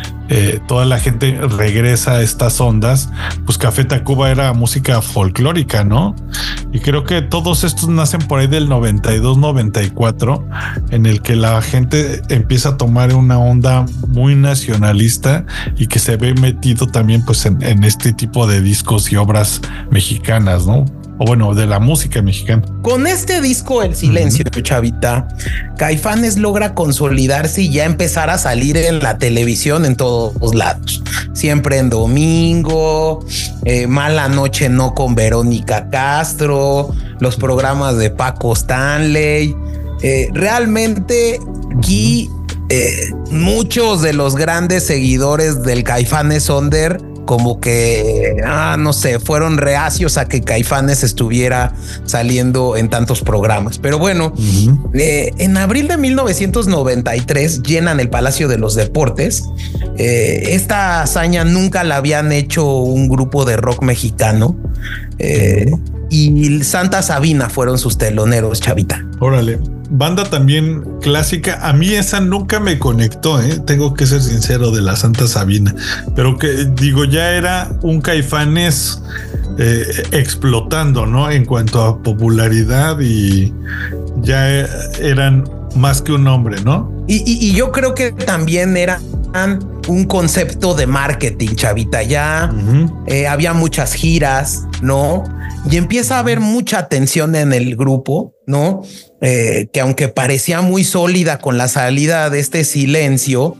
eh, toda la gente regresa a estas ondas. Pues Café Tacuba era música folclórica, ¿no? Y creo que todos estos nacen por ahí del noventa y dos, noventa y cuatro, en el que la gente empieza a tomar una onda muy nacionalista y que se ve metido también pues en, en este tipo de discos y obras mexicanas, ¿no? O bueno, de la música mexicana. Con este disco, El Silencio, uh-huh. Chavita, Caifanes logra consolidarse y ya empezar a salir en la televisión en todos lados. Siempre en domingo, eh, Mala Noche No con Verónica Castro, los programas de Paco Stanley. Eh, realmente aquí eh, muchos de los grandes seguidores del Caifanes Under como que, ah, no sé, fueron reacios a que Caifanes estuviera saliendo en tantos programas. Pero bueno, uh-huh. eh, en abril de mil novecientos noventa y tres llenan el Palacio de los Deportes. Eh, esta hazaña nunca la habían hecho un grupo de rock mexicano. Eh, uh-huh. Y Santa Sabina fueron sus teloneros, Chavita. Órale. Banda también clásica. A mí esa nunca me conectó, ¿eh? Tengo que ser sincero, de la Santa Sabina. Pero que digo, ya era un Caifanes eh, explotando, ¿no? En cuanto a popularidad, y ya eran más que un nombre, ¿no? Y, y, y yo creo que también era un concepto de marketing, Chavita. Ya uh-huh. eh, había muchas giras, ¿no? Y empieza a haber mucha atención en el grupo, ¿no? Eh, que aunque parecía muy sólida con la salida de este Silencio,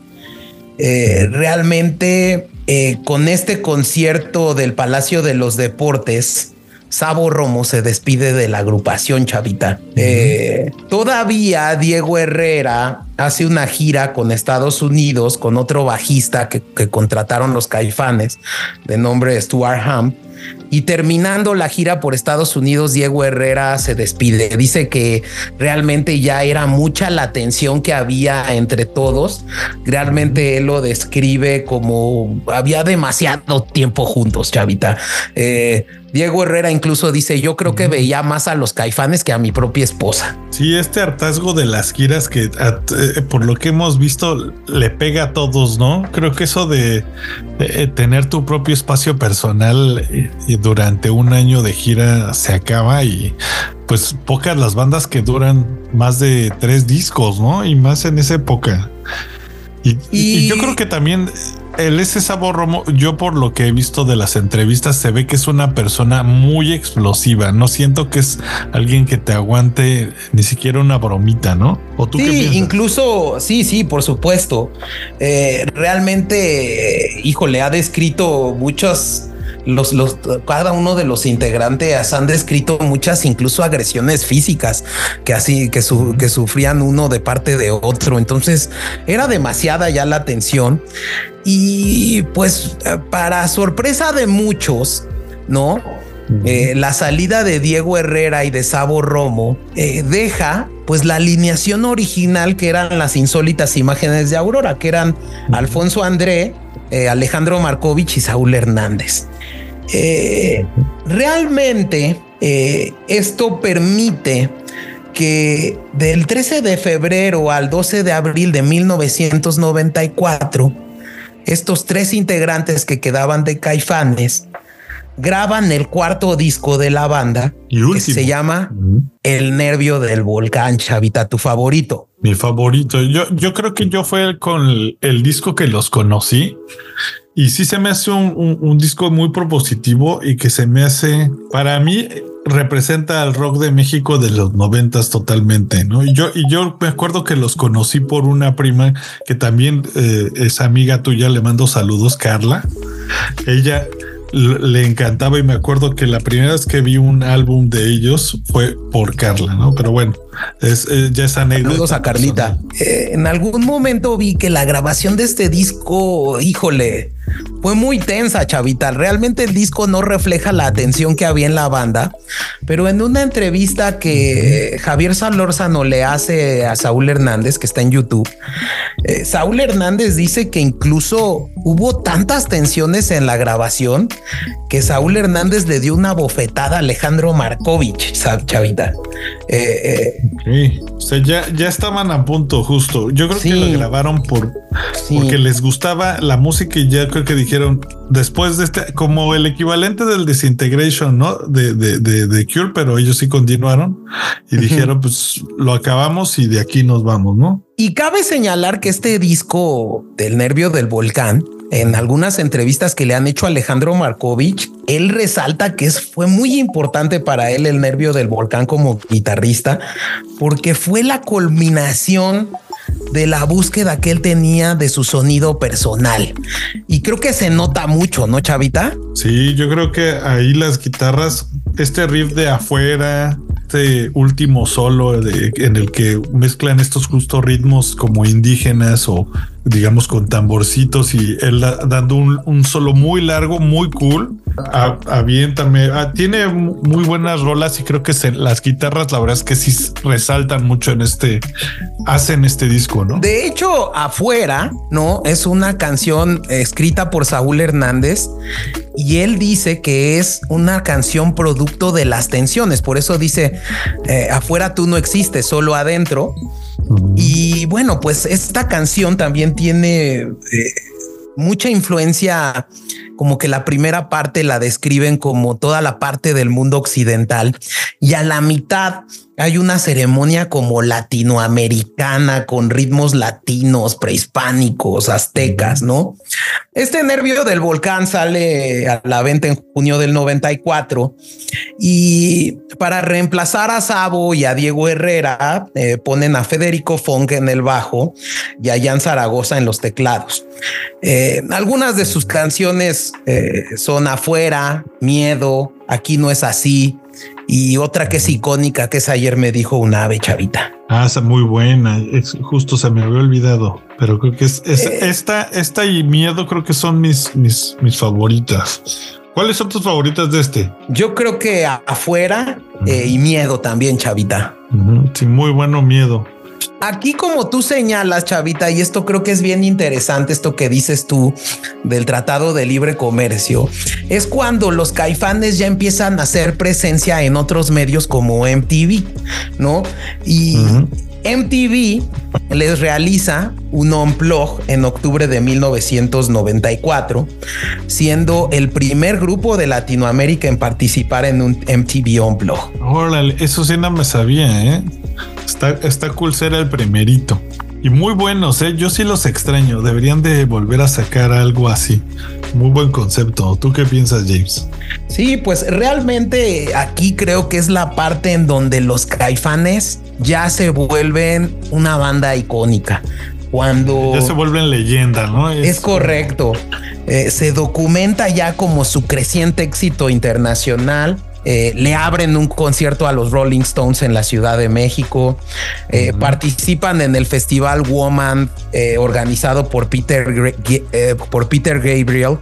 eh, realmente eh, con este concierto del Palacio de los Deportes, Sabo Romo se despide de la agrupación, Chavita. Uh-huh. Eh, todavía Diego Herrera hace una gira con Estados Unidos con otro bajista que, que contrataron los Caifanes, de nombre Stuart Ham. Y terminando la gira por Estados Unidos, Diego Herrera se despide. Dice que realmente ya era mucha la tensión que había entre todos. Realmente él lo describe como había demasiado tiempo juntos, Chavita. Eh, Diego Herrera incluso dice: yo creo que veía más a los Caifanes que a mi propia esposa. Sí, este hartazgo de las giras que a, eh, por lo que hemos visto le pega a todos, ¿no? Creo que eso de eh, tener tu propio espacio personal y, y durante un año de gira se acaba, y pues pocas las bandas que duran más de tres discos, ¿no? Y más en esa época. Y, y... y yo creo que también el ese Sabo Romo, yo por lo que he visto de las entrevistas, se ve que es una persona muy explosiva. No siento que es alguien que te aguante ni siquiera una bromita, ¿no? ¿O tú sí, qué piensas? Incluso, sí, sí, por supuesto. Eh, realmente, eh, híjole, ha descrito muchos... Los, los, cada uno de los integrantes han descrito muchas, incluso agresiones físicas que así que, su, que sufrían uno de parte de otro. Entonces era demasiada ya la tensión, y pues para sorpresa de muchos, ¿no? Uh-huh. Eh, la salida de Diego Herrera y de Sabo Romo eh, deja pues la alineación original, que eran las insólitas imágenes de Aurora, que eran uh-huh. Alfonso André, eh, Alejandro Markovich y Saúl Hernández. Eh, realmente eh, esto permite que del trece de febrero al doce de abril de mil novecientos noventa y cuatro, estos tres integrantes que quedaban de Caifanes graban el cuarto disco de la banda, que se llama uh-huh. El Nervio del Volcán. Chavita, tu favorito. Mi favorito. Yo, yo creo que yo fue con el, el disco que los conocí. Y sí se me hace un, un, un disco muy propositivo y que se me hace, para mí, representa al rock de México de los noventas totalmente, ¿no? Y yo, y yo me acuerdo que los conocí por una prima que también eh, es amiga tuya, le mando saludos, Carla. Ella le encantaba y me acuerdo que la primera vez que vi un álbum de ellos fue por Carla, ¿no? Pero bueno, es, es ya es anécdota. Saludos a Carlita. Eh, en algún momento vi que la grabación de este disco, híjole, fue muy tensa, chavita. Realmente el disco no refleja la atención que había en la banda, pero en una entrevista que Javier Solórzano le hace a Saúl Hernández, que está en YouTube, eh, Saúl Hernández dice que incluso hubo tantas tensiones en la grabación que Saúl Hernández le dio una bofetada a Alejandro Markovich, chavita. Eh, eh, sí, o sea, ya, ya estaban a punto justo. Yo creo sí. que lo grabaron por sí. porque les gustaba la música y ya creo que dijeron después de este, como el equivalente del Disintegration, ¿no? De, de, de, de Cure, pero ellos sí continuaron y uh-huh. dijeron, pues lo acabamos y de aquí nos vamos, ¿no? Y cabe señalar que este disco del Nervio del Volcán, en algunas entrevistas que le han hecho a Alejandro Markovich, él resalta que es, fue muy importante para él el Nervio del Volcán como guitarrista, porque fue la culminación de la búsqueda que él tenía de su sonido personal. Y creo que se nota mucho, ¿no, chavita? Sí, yo creo que ahí las guitarras, este riff de Afuera, este último solo de, en el que mezclan estos justos ritmos como indígenas o digamos con tamborcitos y él da, dando un, un solo muy largo, muy cool. A, aviéntame, a, tiene muy buenas rolas y creo que se, las guitarras la verdad es que sí resaltan mucho en este, hacen este disco, ¿no? De hecho, Afuera, ¿no? Es una canción escrita por Saúl Hernández y él dice que es una canción producto de las tensiones, por eso dice eh, afuera tú no existes, solo adentro. Uh-huh. Y bueno, pues esta canción también tiene eh, mucha influencia, como que la primera parte la describen como toda la parte del mundo occidental y a la mitad hay una ceremonia como latinoamericana con ritmos latinos, prehispánicos, aztecas, ¿no? Este Nervio del Volcán sale a la venta en junio del noventa y cuatro y para reemplazar a Sabo y a Diego Herrera eh, ponen a Federico Funk en el bajo y a Jan Zaragoza en los teclados. Eh, algunas de sus canciones eh, son Afuera, Miedo, Aquí no es así y otra que es icónica que es Ayer me dijo un ave, chavita. Ah, esa muy buena. Es, justo se me había olvidado, pero creo que es, es eh, esta, esta y Miedo creo que son mis, mis, mis favoritas. ¿Cuáles son tus favoritas de este? Yo creo que Afuera uh-huh. eh, y Miedo también, chavita. Uh-huh. Sí, muy bueno Miedo. Aquí, como tú señalas, chavita, y esto creo que es bien interesante, esto que dices tú del Tratado de Libre Comercio, es cuando los Caifanes ya empiezan a hacer presencia en otros medios como M T V, ¿no? Y uh-huh. M T V les realiza un unplug en octubre de mil novecientos noventa y cuatro, siendo el primer grupo de Latinoamérica en participar en un M T V unplug. Órale, eso sí no me sabía, ¿eh? Está, está cool ser el primerito. Y muy buenos, ¿eh? Yo sí los extraño. Deberían de volver a sacar algo así. Muy buen concepto. ¿Tú qué piensas, James? Sí, pues realmente aquí creo que es la parte en donde los Caifanes ya se vuelven una banda icónica. Cuando ya se vuelven leyenda, ¿no? Es, es correcto. Eh, se documenta ya como su creciente éxito internacional. Eh, le abren un concierto a los Rolling Stones en la Ciudad de México. Eh, uh-huh. Participan en el Festival Woman eh, organizado por Peter, eh, por Peter Gabriel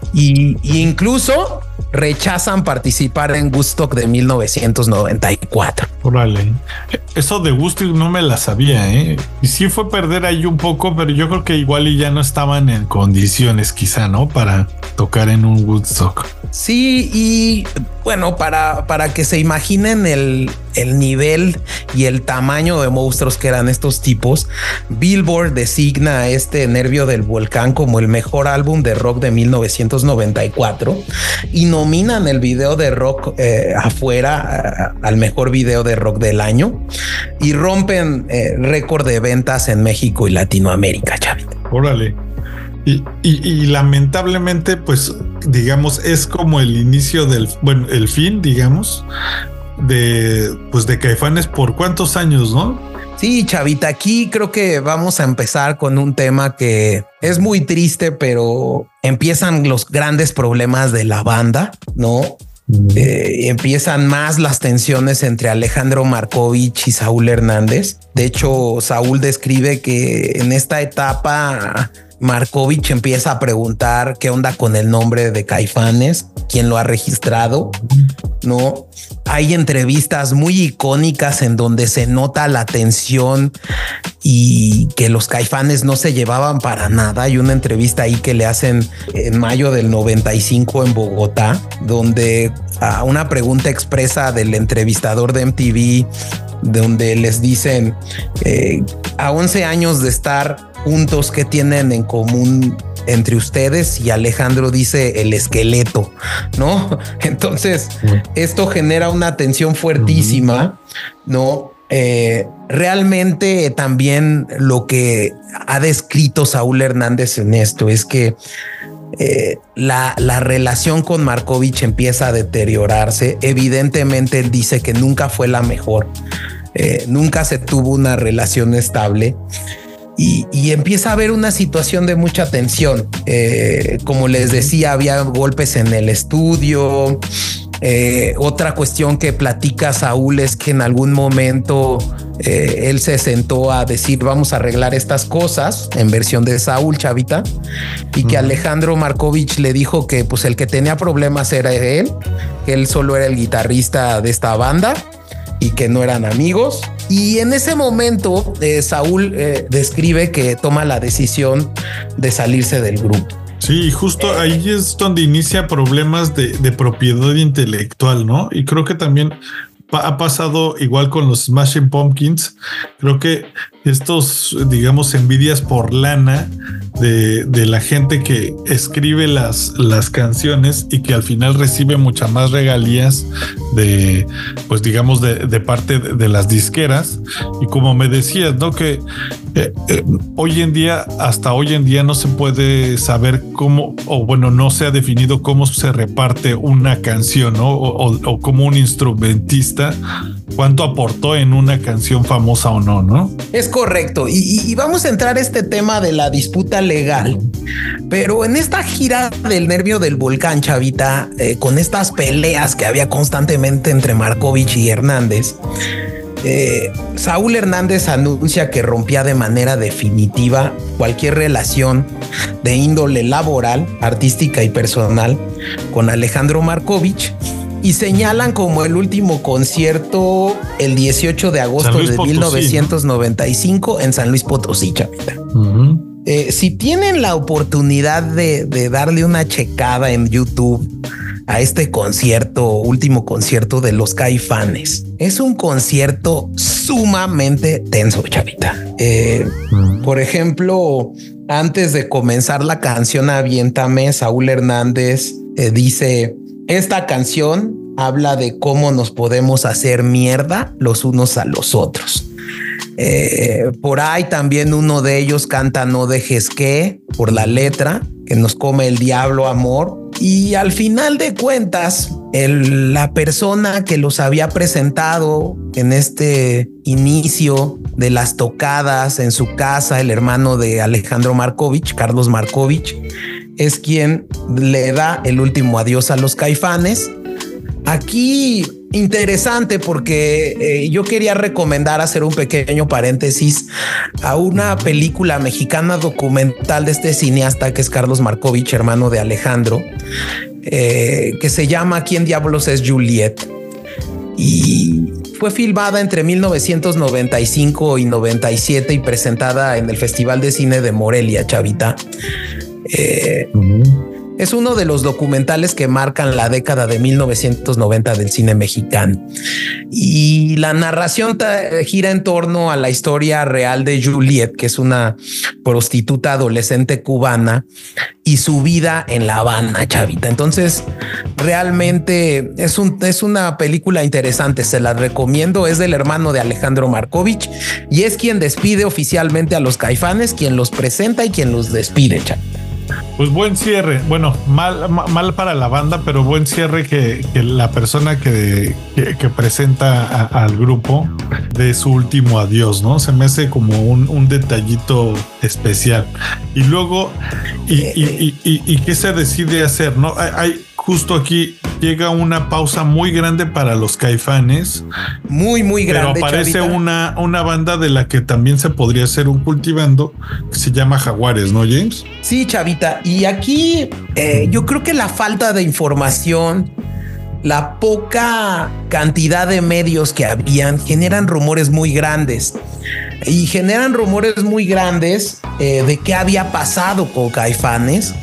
y, y incluso rechazan participar en Woodstock de mil novecientos noventa y cuatro. Órale, eso de Woodstock no me la sabía, ¿eh? Y sí fue perder ahí un poco, pero yo creo que igual y ya no estaban en condiciones quizá, ¿no? Para tocar en un Woodstock. Sí, y bueno, para, para que se imaginen el, el nivel y el tamaño de monstruos que eran estos tipos, Billboard designa a este Nervio del Volcán como el mejor álbum de rock de mil novecientos noventa y cuatro y nominan el video de rock eh, Afuera a, al mejor video de rock del año y rompen eh, récord de ventas en México y Latinoamérica, chavita. Órale. Y, y, y lamentablemente, pues, digamos, es como el inicio del, bueno, el fin, digamos, de, pues, de Caifanes por cuántos años, ¿no? Sí, Chavita, aquí creo que vamos a empezar con un tema que es muy triste, pero empiezan los grandes problemas de la banda, ¿no? Eh, empiezan más las tensiones entre Alejandro Markovich y Saúl Hernández. De hecho, Saúl describe que en esta etapa Markovich empieza a preguntar qué onda con el nombre de Caifanes, quién lo ha registrado, ¿no? Hay entrevistas muy icónicas en donde se nota la tensión y que los Caifanes no se llevaban para nada. Hay una entrevista ahí que le hacen en mayo del noventa y cinco en Bogotá, donde a una pregunta expresa del entrevistador de M T V, donde les dicen eh, a once años de estar juntos, ¿qué tienen en común entre ustedes? Y Alejandro dice el esqueleto, ¿no? Entonces esto genera una tensión fuertísima, ¿no? Eh, realmente también lo que ha descrito Saúl Hernández en esto es que eh, la, la relación con Markovich empieza a deteriorarse. Evidentemente él dice que nunca fue la mejor, eh, nunca se tuvo una relación estable. Y, y empieza a haber una situación de mucha tensión. Eh, como les decía, había golpes en el estudio. Eh, otra cuestión que platica Saúl es que en algún momento eh, él se sentó a decir vamos a arreglar estas cosas, en versión de Saúl, Chavita, y que uh-huh. Alejandro Markovich le dijo que pues el que tenía problemas era él, que él solo era el guitarrista de esta banda y que no eran amigos. Y en ese momento eh, Saúl eh, describe que toma la decisión de salirse del grupo. Sí, justo eh, ahí es donde inicia problemas de, de propiedad intelectual, ¿no? Y creo que también pa- ha pasado igual con los Smashing Pumpkins. Creo que estos, digamos, envidias por lana de, de la gente que escribe las, las canciones y que al final recibe muchas más regalías de, pues digamos, de, de parte de, de las disqueras. Y como me decías, ¿no? Que eh, eh, hoy en día, hasta hoy en día no se puede saber cómo, o bueno, no se ha definido cómo se reparte una canción, ¿no? O, o, o como un instrumentista, cuánto aportó en una canción famosa o no, ¿no? Es correcto. Y, y, y vamos a entrar a este tema de la disputa legal. Pero en esta gira del nervio del volcán, Chavita, eh, con estas peleas que había constantemente entre Markovich y Hernández, eh, Saúl Hernández anuncia que rompía de manera definitiva cualquier relación de índole laboral, artística y personal con Alejandro Markovich. Y señalan como el último concierto el dieciocho de agosto de Potosí, mil novecientos noventa y cinco, ¿no? En San Luis Potosí, Chavita. Uh-huh. Eh, si tienen la oportunidad de, de darle una checada en YouTube a este concierto, último concierto de los Caifanes, es un concierto sumamente tenso, Chavita. Eh, uh-huh. Por ejemplo, antes de comenzar la canción Aviéntame, Saúl Hernández eh, dice: esta canción habla de cómo nos podemos hacer mierda los unos a los otros. Eh, por ahí también uno de ellos canta No dejes que, por la letra, que nos come el diablo, amor. Y al final de cuentas, el, la persona que los había presentado en este inicio de las tocadas en su casa, el hermano de Alejandro Markovich, Carlos Markovich, es quien le da el último adiós a los Caifanes. Aquí interesante porque eh, yo quería recomendar, hacer un pequeño paréntesis, a una película mexicana documental de este cineasta que es Carlos Markovich, hermano de Alejandro, eh, que se llama ¿Quién diablos es Juliet? Y fue filmada entre mil novecientos noventa y cinco y noventa y siete y presentada en el Festival de Cine de Morelia, Chavita. Eh, uh-huh. Es uno de los documentales que marcan la década de mil novecientos noventa del cine mexicano, y la narración gira en torno a la historia real de Juliet, que es una prostituta adolescente cubana, y su vida en La Habana, Chavita. Entonces realmente es, un, es una película interesante, se la recomiendo. Es del hermano de Alejandro Markovich y es quien despide oficialmente a los Caifanes, quien los presenta y quien los despide, Chavita. Pues buen cierre. Bueno, mal, mal para la banda, pero buen cierre que, que la persona que, que, que presenta a, al grupo de su último adiós, ¿no? Se me hace como un, un detallito especial. Y luego, ¿y, y, y, y, y qué se decide hacer? ¿No? Hay, hay justo aquí llega una pausa muy grande para los Caifanes. Muy, muy grande. Pero aparece una, una banda de la que también se podría hacer un cultivando que se llama Jaguares, ¿no, James? Sí, Chavita. Y aquí eh, yo creo que la falta de información, la poca cantidad de medios que habían, generan rumores muy grandes. Y generan rumores muy grandes eh, de qué había pasado con Caifanes.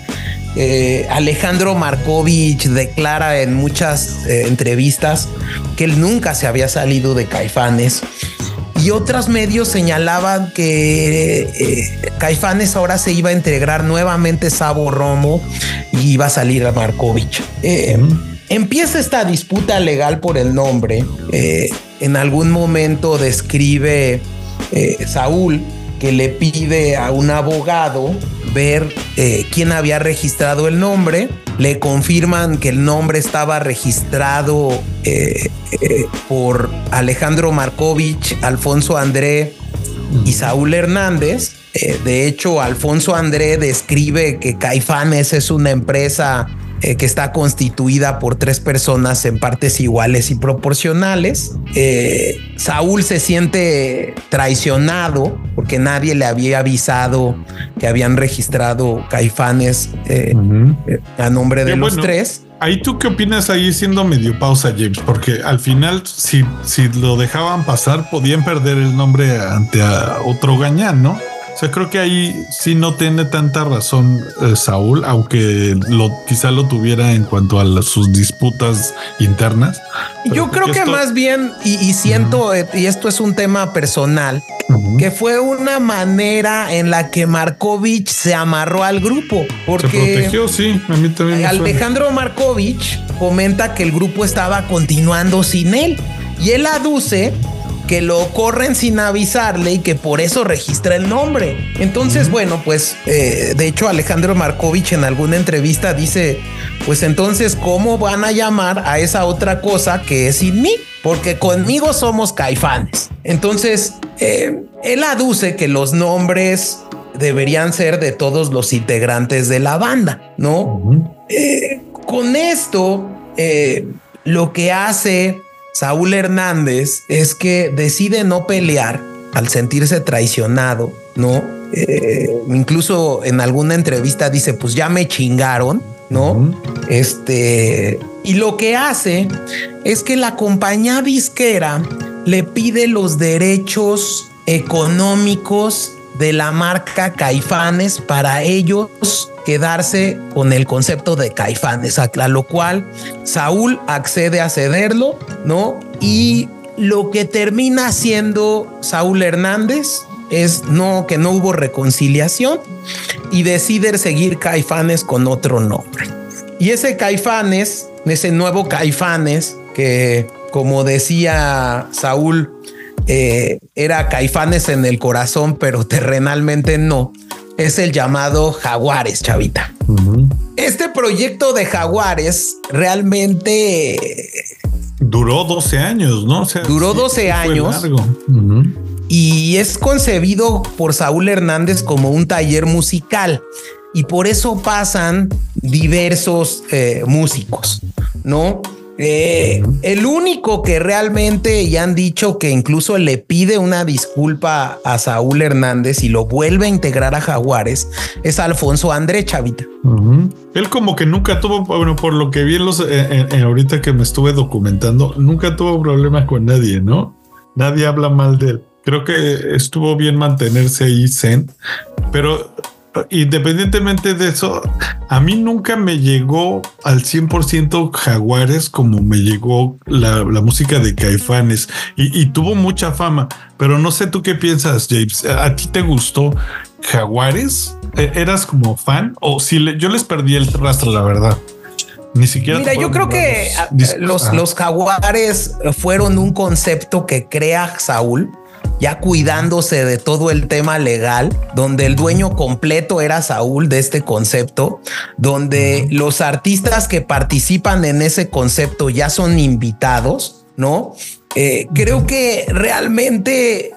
Eh, Alejandro Markovich declara en muchas eh, entrevistas que él nunca se había salido de Caifanes, y otros medios señalaban que eh, Caifanes ahora se iba a integrar nuevamente Sabo Romo y iba a salir a Markovich. Eh, empieza esta disputa legal por el nombre. Eh, en algún momento describe eh, Saúl que le pide a un abogado ver eh, quién había registrado el nombre. Le confirman que el nombre estaba registrado eh, eh, por Alejandro Markovich, Alfonso André y Saúl Hernández. Eh, de hecho, Alfonso André describe que Caifanes es una empresa eh, que está constituida por tres personas en partes iguales y proporcionales. Eh, Saúl se siente traicionado porque nadie le había avisado que habían registrado Caifanes eh, uh-huh. eh, a nombre de Qué los bueno. tres. Ahí tú qué opinas, ahí siendo medio pausa, James, porque al final si, si lo dejaban pasar podían perder el nombre ante a otro gañán, ¿no? O sea, creo que ahí sí no tiene tanta razón eh, Saúl, aunque lo, quizá lo tuviera en cuanto a las, sus disputas internas. Yo creo que esto... más bien, y, y siento, uh-huh. eh, y esto es un tema personal, uh-huh. que fue una manera en la que Markovich se amarró al grupo. Porque se protegió, sí, a mí también. Alejandro suena. Markovich comenta que el grupo estaba continuando sin él, y él aduce que lo corren sin avisarle y que por eso registra el nombre. Entonces, uh-huh. bueno, pues eh, de hecho Alejandro Markovich en alguna entrevista dice, pues entonces, ¿cómo van a llamar a esa otra cosa que es sin mí? Porque conmigo somos Caifanes. Entonces, eh, él aduce que los nombres deberían ser de todos los integrantes de la banda, ¿no? Uh-huh. Eh, con esto, eh, lo que hace Saúl Hernández es que decide no pelear al sentirse traicionado, ¿no? Eh, incluso en alguna entrevista dice, pues ya me chingaron, ¿no? Uh-huh. Este, y lo que hace es que la compañía disquera le pide los derechos económicos de la marca Caifanes para ellos quedarse con el concepto de Caifanes, a lo cual Saúl accede a cederlo, ¿no? Y lo que termina haciendo Saúl Hernández es no, que no hubo reconciliación y decide seguir Caifanes con otro nombre. Y ese Caifanes, ese nuevo Caifanes, que como decía Saúl, eh, era Caifanes en el corazón, pero terrenalmente no, es el llamado Jaguares, Chavita. Uh-huh. Este proyecto de Jaguares realmente duró doce años, ¿no? O sea, duró doce sí, años. Uh-huh. Y es concebido por Saúl Hernández como un taller musical. Y por eso pasan diversos eh, músicos, ¿no? Eh, uh-huh. El único que realmente ya han dicho que incluso le pide una disculpa a Saúl Hernández y lo vuelve a integrar a Jaguares es Alfonso André, Chavita. Uh-huh. Él como que nunca tuvo, bueno, por lo que vi en los, en, en ahorita que me estuve documentando, nunca tuvo problemas con nadie, ¿no? Nadie habla mal de él. Creo que estuvo bien mantenerse ahí zen, pero independientemente de eso, a mí nunca me llegó al cien por ciento Jaguares como me llegó la, la música de Caifanes y, y tuvo mucha fama, pero no sé tú qué piensas, James. ¿A ti te gustó Jaguares? ¿Eras como fan? O si le, yo les perdí el rastro, la verdad. Ni siquiera. Mira, yo creo que los, los, los Jaguares fueron un concepto que crea Saúl ya cuidándose de todo el tema legal, donde el dueño completo era Saúl de este concepto, donde los artistas que participan en ese concepto ya son invitados, ¿no? Eh, creo que realmente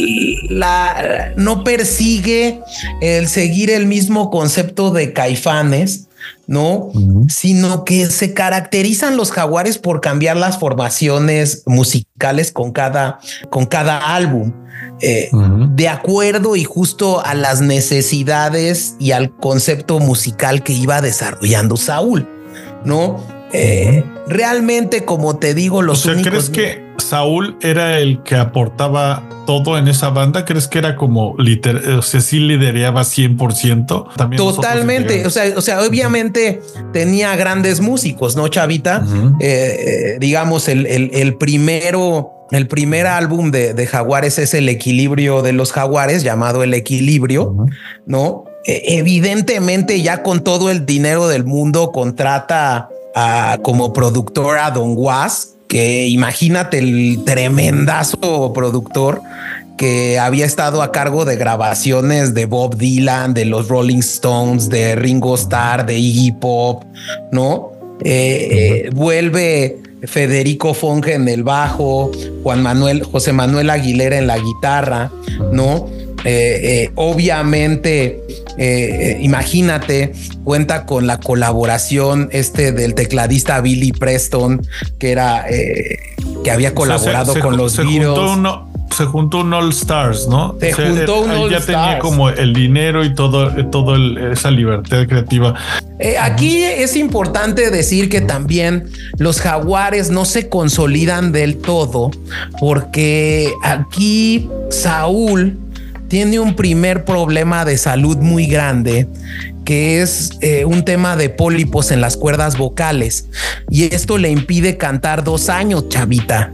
la, no persigue el seguir el mismo concepto de Caifanes, ¿no? Uh-huh. Sino que se caracterizan los Jaguares por cambiar las formaciones musicales con cada, con cada álbum, eh, uh-huh. de acuerdo y justo a las necesidades y al concepto musical que iba desarrollando Saúl, ¿no? Eh, uh-huh. Realmente, como te digo, los o sea, únicos... ¿crees que Saúl era el que aportaba todo en esa banda? ¿Crees que era como liter, o sea, sí lideraba cien por ciento? También totalmente. O sea, o sea, obviamente uh-huh. tenía grandes músicos, ¿no, Chavita? Uh-huh. eh, eh, digamos, el, el, el primero, el primer álbum de, de Jaguares es El Equilibrio de los Jaguares, llamado El Equilibrio, uh-huh. ¿no? Eh, evidentemente, ya con todo el dinero del mundo, contrata a, como productor a Don Was, que imagínate el tremendazo productor que había estado a cargo de grabaciones de Bob Dylan, de los Rolling Stones, de Ringo Starr, de Iggy Pop, ¿no? Eh, uh-huh. eh, vuelve Federico Fong en el bajo, Juan Manuel, José Manuel Aguilera en la guitarra, ¿no? Eh, eh, obviamente, eh, eh, imagínate, cuenta con la colaboración este del tecladista Billy Preston, que era eh, que había colaborado o sea, se, con se, los se Beatles. Juntó uno, se juntó un All Stars, ¿no? Se o sea, juntó un él, All él ya Stars. tenía como el dinero y todo, todo el, esa libertad creativa. Eh, aquí es importante decir que también los Jaguares no se consolidan del todo, porque aquí Saúl tiene un primer problema de salud muy grande, que es eh, un tema de pólipos en las cuerdas vocales, y esto le impide cantar dos años, Chavita,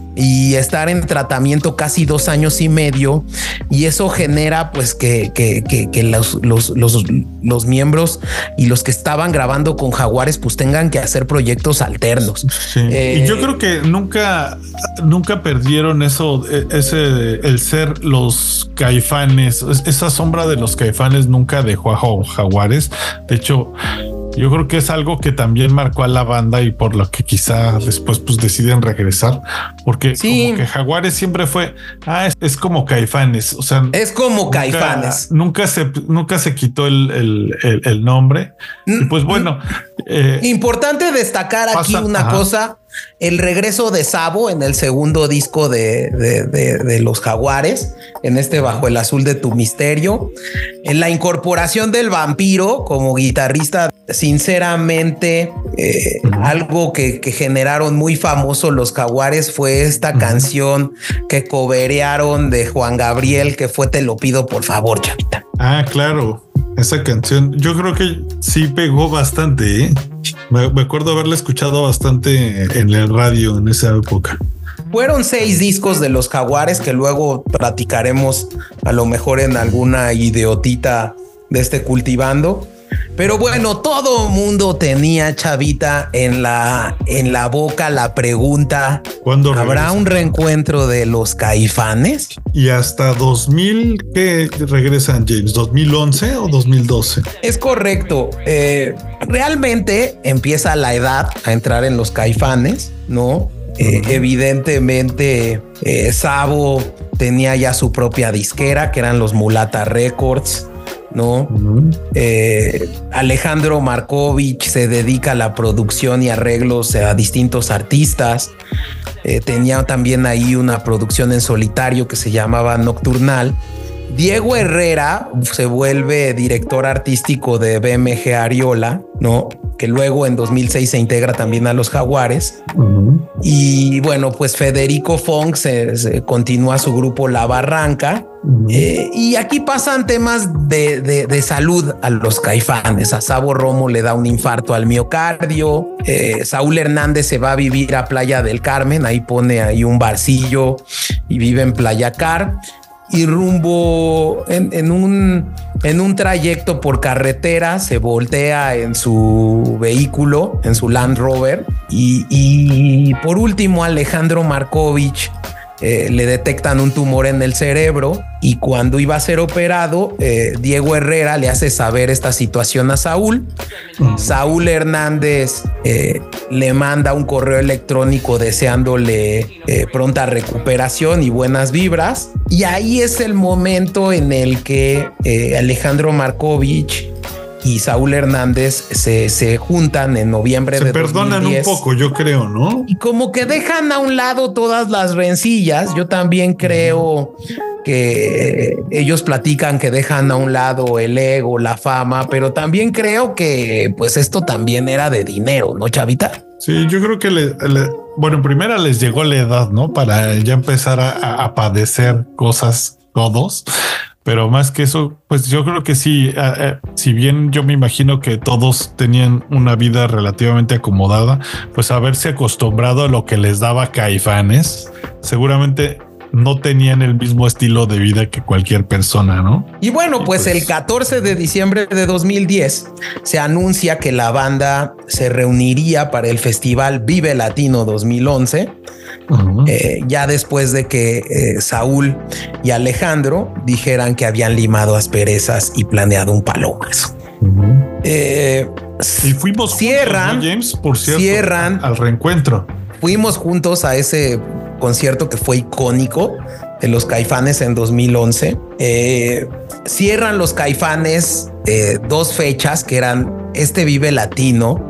y estar en tratamiento casi dos años y medio, y eso genera pues que, que, que, que los, los, los, los miembros y los que estaban grabando con Jaguares pues tengan que hacer proyectos alternos. Sí. Eh, y yo creo que nunca, nunca perdieron eso, ese, el ser los Caifanes, esa sombra de los Caifanes nunca dejó a Jaguares. De hecho, yo creo que es algo que también marcó a la banda y por lo que quizá después pues deciden regresar, porque sí. como que Jaguares siempre fue, ah, es, es como Caifanes, o sea, es como nunca, Caifanes. Nunca se, nunca se quitó el, el, el, el nombre. Mm, y pues bueno. Eh, Importante destacar pasa, aquí una ajá. cosa. El regreso de Sabo en el segundo disco de, de, de, de los Jaguares, en este Bajo el Azul de tu Misterio, en la incorporación del Vampiro como guitarrista, sinceramente, eh, uh-huh. algo que, que generaron muy famoso los Jaguares fue esta uh-huh. canción que coverearon de Juan Gabriel, que fue Te lo pido por favor, Chavita. Ah, claro. Esa canción, yo creo que sí pegó bastante, ¿eh? Me, me acuerdo haberla escuchado bastante en el radio en esa época. Fueron seis discos de los Jaguares que luego platicaremos a lo mejor en alguna idiotita de este Cultivando. Pero bueno, todo mundo tenía, Chavita, en la, en la boca la pregunta: ¿cuándo habrá regresan? Un reencuentro de los Caifanes? Y hasta dos mil, ¿qué regresan, James? ¿dos mil once o dos mil doce? Es correcto. Eh, realmente empieza la edad a entrar en los Caifanes, ¿no? Eh, uh-huh. Evidentemente, eh, Sabo tenía ya su propia disquera, que eran los Mulata Records, ¿no? Uh-huh. Eh, Alejandro Markovich se dedica a la producción y arreglos a distintos artistas. Eh, tenía también ahí una producción en solitario que se llamaba Nocturnal. Diego Herrera se vuelve director artístico de B M G Ariola, ¿no? Que luego en dos mil seis se integra también a los Jaguares. Uh-huh. Y bueno, pues Federico Fong se, se continúa su grupo La Barranca. Uh-huh. Eh, y aquí pasan temas de, de, de salud a los Caifanes. A Sabo Romo le da un infarto al miocardio. Eh, Saúl Hernández se va a vivir a Playa del Carmen. Ahí pone ahí un barcillo y vive en Playa Car. Y rumbo en, en un en un trayecto por carretera se voltea en su vehículo, en su Land Rover. Y, y por último, Alejandro Markovich eh, le detectan un tumor en el cerebro y cuando iba a ser operado, eh, Diego Herrera le hace saber esta situación a Saúl. Uh-huh. Saúl Hernández eh, le manda un correo electrónico deseándole eh, pronta recuperación y buenas vibras. Y ahí es el momento en el que eh, Alejandro Markovich y Saúl Hernández se, se juntan en noviembre se de perdonan dos mil diez. Un poco, yo creo, ¿no? Y como que dejan a un lado todas las rencillas. Yo también creo que ellos platican que dejan a un lado el ego, la fama, pero también creo que pues esto también era de dinero, ¿no, Chavita? Sí, yo creo que le, le bueno, en primera les llegó la edad, ¿no? Para ya empezar a, a padecer cosas todos. Pero más que eso, pues yo creo que sí, eh, eh, si bien yo me imagino que todos tenían una vida relativamente acomodada, pues haberse acostumbrado a lo que les daba Caifanes, seguramente no tenían el mismo estilo de vida que cualquier persona, ¿no? Y bueno, pues, pues el catorce de diciembre de dos mil diez se anuncia que la banda se reuniría para el festival Vive Latino dos mil once. Uh-huh. Eh, ya después de que eh, Saúl y Alejandro dijeran que habían limado asperezas y planeado un palomazo. Uh-huh. Eh, y fuimos cierran, juntos, ¿no, James? Por cierto, cierran al reencuentro. Fuimos juntos a ese concierto que fue icónico de los Caifanes en dos mil once. Eh, cierran los Caifanes eh, dos fechas que eran este Vive Latino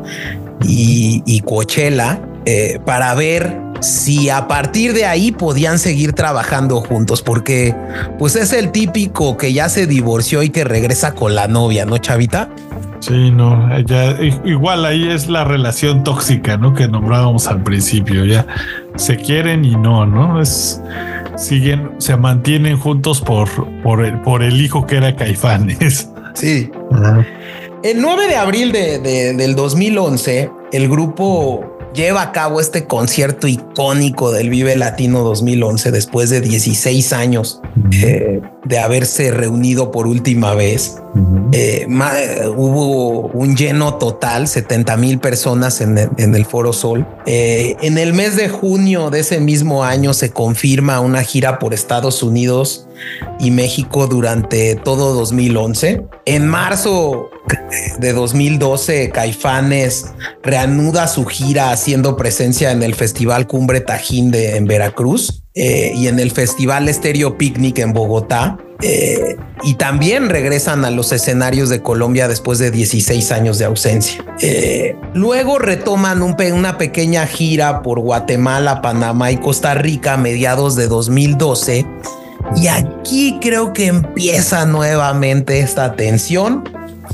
y, y Coachella eh, para ver si a partir de ahí podían seguir trabajando juntos, porque pues es el típico que ya se divorció y que regresa con la novia, ¿no, Chavita? Sí, no, ya igual ahí es la relación tóxica, ¿no? Que nombrábamos al principio, ya se quieren y no, ¿no? Es siguen, se mantienen juntos por, por, el, por el hijo que era Caifanes. Sí. Uh-huh. El nueve de abril de, de, del dos mil once, el grupo lleva a cabo este concierto icónico del Vive Latino dos mil once después de dieciséis años eh, de haberse reunido por última vez. Uh-huh. Eh, ma, hubo un lleno total, setenta mil personas en el, en el Foro Sol. Eh, en el mes de junio de ese mismo año se confirma una gira por Estados Unidos y México durante todo dos mil once. En marzo de dos mil doce, Caifanes reanuda su gira haciendo presencia en el Festival Cumbre Tajín de, en Veracruz eh, y en el Festival Estéreo Picnic en Bogotá. Eh, y también regresan a los escenarios de Colombia después de dieciséis años de ausencia. Eh, luego retoman un pe- una pequeña gira por Guatemala, Panamá y Costa Rica a mediados de dos mil doce. Y aquí creo que empieza nuevamente esta tensión.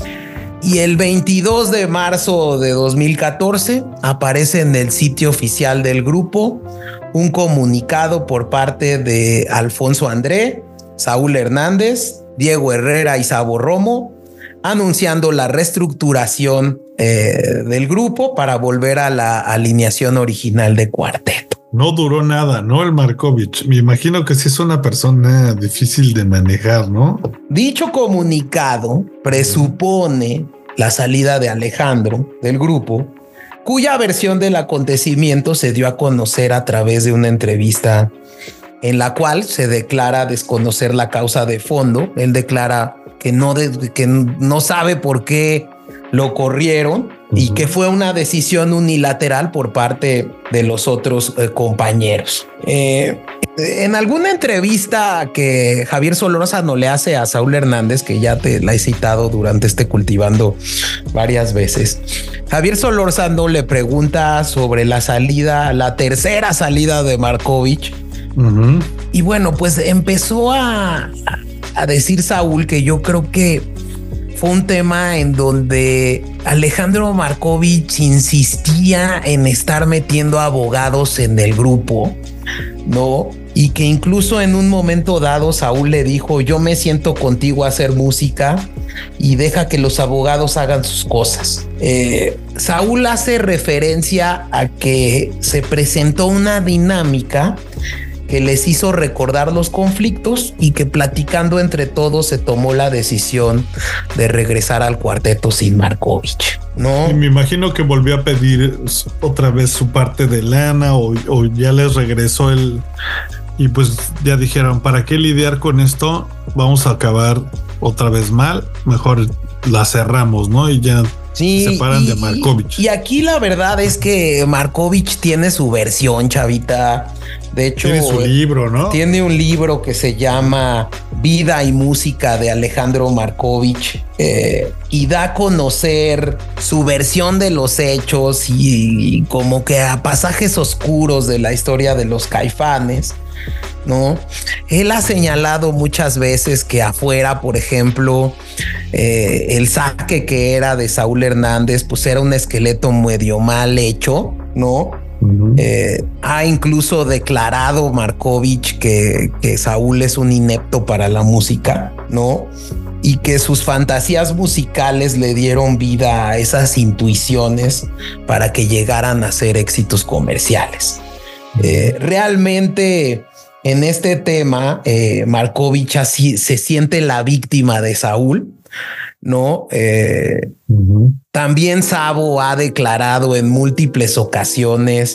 Y el veintidós de marzo de dos mil catorce aparece en el sitio oficial del grupo un comunicado por parte de Alfonso André, Saúl Hernández, Diego Herrera y Sabo Romo, anunciando la reestructuración eh, del grupo para volver a la alineación original de cuarteto. No duró nada, ¿no? El Markovich. Me imagino que sí es una persona difícil de manejar, ¿no? Dicho comunicado presupone la salida de Alejandro del grupo, cuya versión del acontecimiento se dio a conocer a través de una entrevista en la cual se declara desconocer la causa de fondo. Él declara que no, de, que no sabe por qué lo corrieron uh-huh. y que fue una decisión unilateral por parte de los otros eh, compañeros. Eh, en alguna entrevista que Javier Solórzano le hace a Saúl Hernández, que ya te la he citado durante este Cultivando varias veces, Javier Solórzano le pregunta sobre la salida, la tercera salida de Markovich. Uh-huh. Y bueno, pues empezó a, a decir Saúl que yo creo que fue un tema en donde Alejandro Markovich insistía en estar metiendo abogados en el grupo, ¿no? Y que incluso en un momento dado Saúl le dijo: yo me siento contigo a hacer música y deja que los abogados hagan sus cosas. Eh, Saúl hace referencia a que se presentó una dinámica que les hizo recordar los conflictos y que platicando entre todos se tomó la decisión de regresar al cuarteto sin Markovich, ¿no? Y me imagino que volvió a pedir otra vez su parte de lana o, o ya les regresó el... y pues ya dijeron, ¿para qué lidiar con esto? Vamos a acabar otra vez mal, mejor la cerramos, ¿no? Y ya sí, se separan y, de Markovich. Y aquí la verdad es que Markovich tiene su versión, chavita. De hecho, tiene su libro, ¿no? Tiene un libro que se llama Vida y Música de Alejandro Markovich, eh, y da a conocer su versión de los hechos y, y como que a pasajes oscuros de la historia de los Caifanes, ¿no? Él ha señalado muchas veces que afuera, por ejemplo, eh, el saque que era de Saúl Hernández, pues era un esqueleto medio mal hecho, ¿no? Uh-huh. Eh, ha incluso declarado Markovich que, que Saúl es un inepto para la música, ¿no? Y que sus fantasías musicales le dieron vida a esas intuiciones para que llegaran a ser éxitos comerciales. Eh, realmente en este tema, eh, Markovich así se siente la víctima de Saúl, ¿no? Eh, uh-huh. También Sabo ha declarado en múltiples ocasiones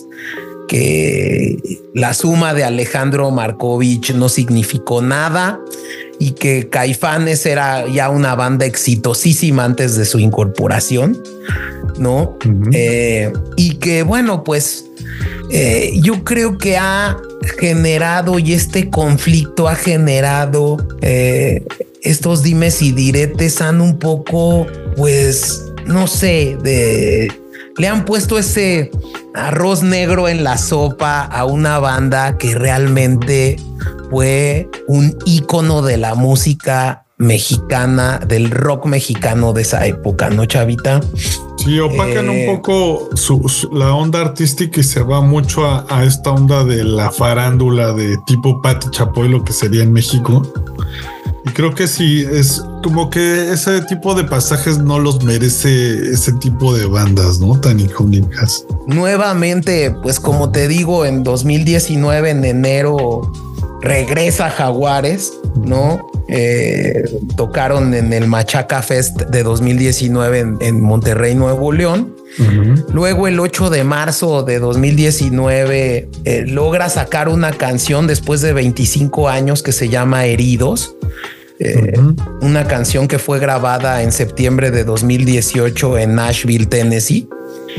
que la suma de Alejandro Markovich no significó nada y que Caifanes era ya una banda exitosísima antes de su incorporación, ¿no? Uh-huh. Eh, y que, bueno, pues eh, yo creo que ha generado y este conflicto ha generado eh, estos dimes y diretes han un poco, pues, no sé, de le han puesto ese arroz negro en la sopa a una banda que realmente fue un ícono de la música mexicana, del rock mexicano de esa época, ¿no, chavita? Sí, opacan eh, un poco su, su, la onda artística y se va mucho a, a esta onda de la farándula de tipo Pati Chapoy, lo que sería en México. Y creo que sí, es como que ese tipo de pasajes no los merece ese tipo de bandas, ¿no? Tan icónicas. Nuevamente, pues como te digo, en dos mil diecinueve, en enero, regresa Jaguares, ¿no? Eh, tocaron en el Machaca Fest de dos mil diecinueve en, en Monterrey, Nuevo León. Uh-huh. Luego el ocho de marzo de dos mil diecinueve eh, logra sacar una canción después de veinticinco años que se llama Heridos. Eh, uh-huh. Una canción que fue grabada en septiembre de dos mil dieciocho en Nashville, Tennessee.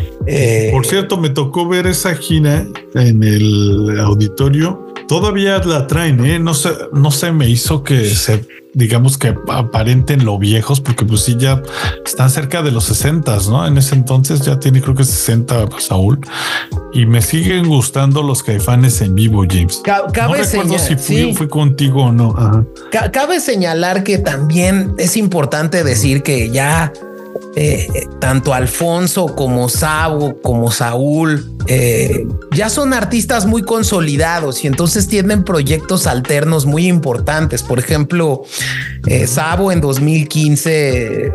Eh, Por cierto, me tocó ver esa gira en el auditorio. Todavía la traen, ¿eh? No sé, no se me hizo que se, digamos que aparenten lo viejos, porque pues sí, ya están cerca de los sesentas, ¿no? En ese entonces ya tiene creo que sesenta Saúl. Y me siguen gustando los Caifanes en vivo, James. Cabe no recuerdo señal, si fui, sí. fui contigo o no. Ajá. Cabe señalar que también es importante decir que ya Eh, tanto Alfonso como Sabo como Saúl eh, ya son artistas muy consolidados y entonces tienen proyectos alternos muy importantes. Por ejemplo, eh, Sabo en dos mil quince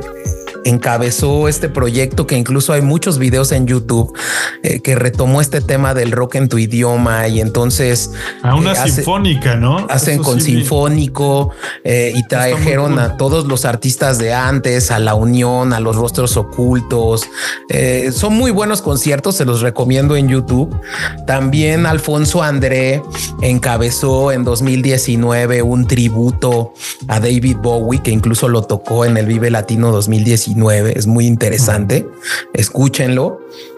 encabezó este proyecto que incluso hay muchos videos en YouTube eh, que retomó este tema del rock en tu idioma y entonces a una eh, sinfónica, hace, ¿no? Hacen Eso con sí sinfónico eh, y trajeron cool. a todos los artistas de antes, a La Unión, a Los Rostros Ocultos. Eh, son muy buenos conciertos, se los recomiendo en YouTube. También Alfonso André encabezó en dos mil diecinueve un tributo a David Bowie que incluso lo tocó en el Vive Latino dos mil diecinueve. Es muy interesante. Escúchenlo.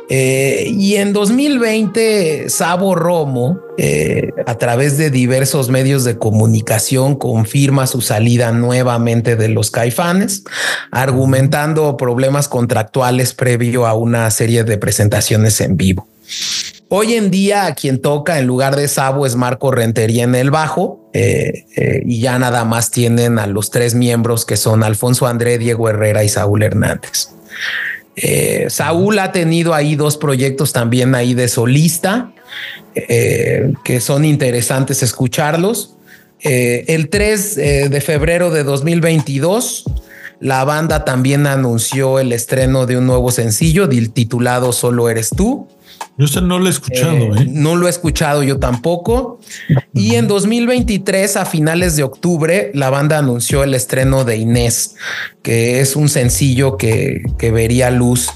Eh, y en dos mil veinte, Sabo Romo, eh, a través de diversos medios de comunicación, confirma su salida nuevamente de los Caifanes, argumentando problemas contractuales previo a una serie de presentaciones en vivo. Hoy en día, a quien toca en lugar de Sabo es Marco Rentería en el bajo, eh, eh, y ya nada más tienen a los tres miembros que son Alfonso André, Diego Herrera y Saúl Hernández. Eh, Saúl ha tenido ahí dos proyectos también ahí de solista, eh, que son interesantes escucharlos. Eh, el tres de febrero de dos mil veintidós, la banda también anunció el estreno de un nuevo sencillo titulado Solo Eres Tú. Yo ese no lo he escuchado, eh, eh. No lo he escuchado yo tampoco. Y en dos mil veintitrés, a finales de octubre, la banda anunció el estreno de Inés, que es un sencillo que, que vería luz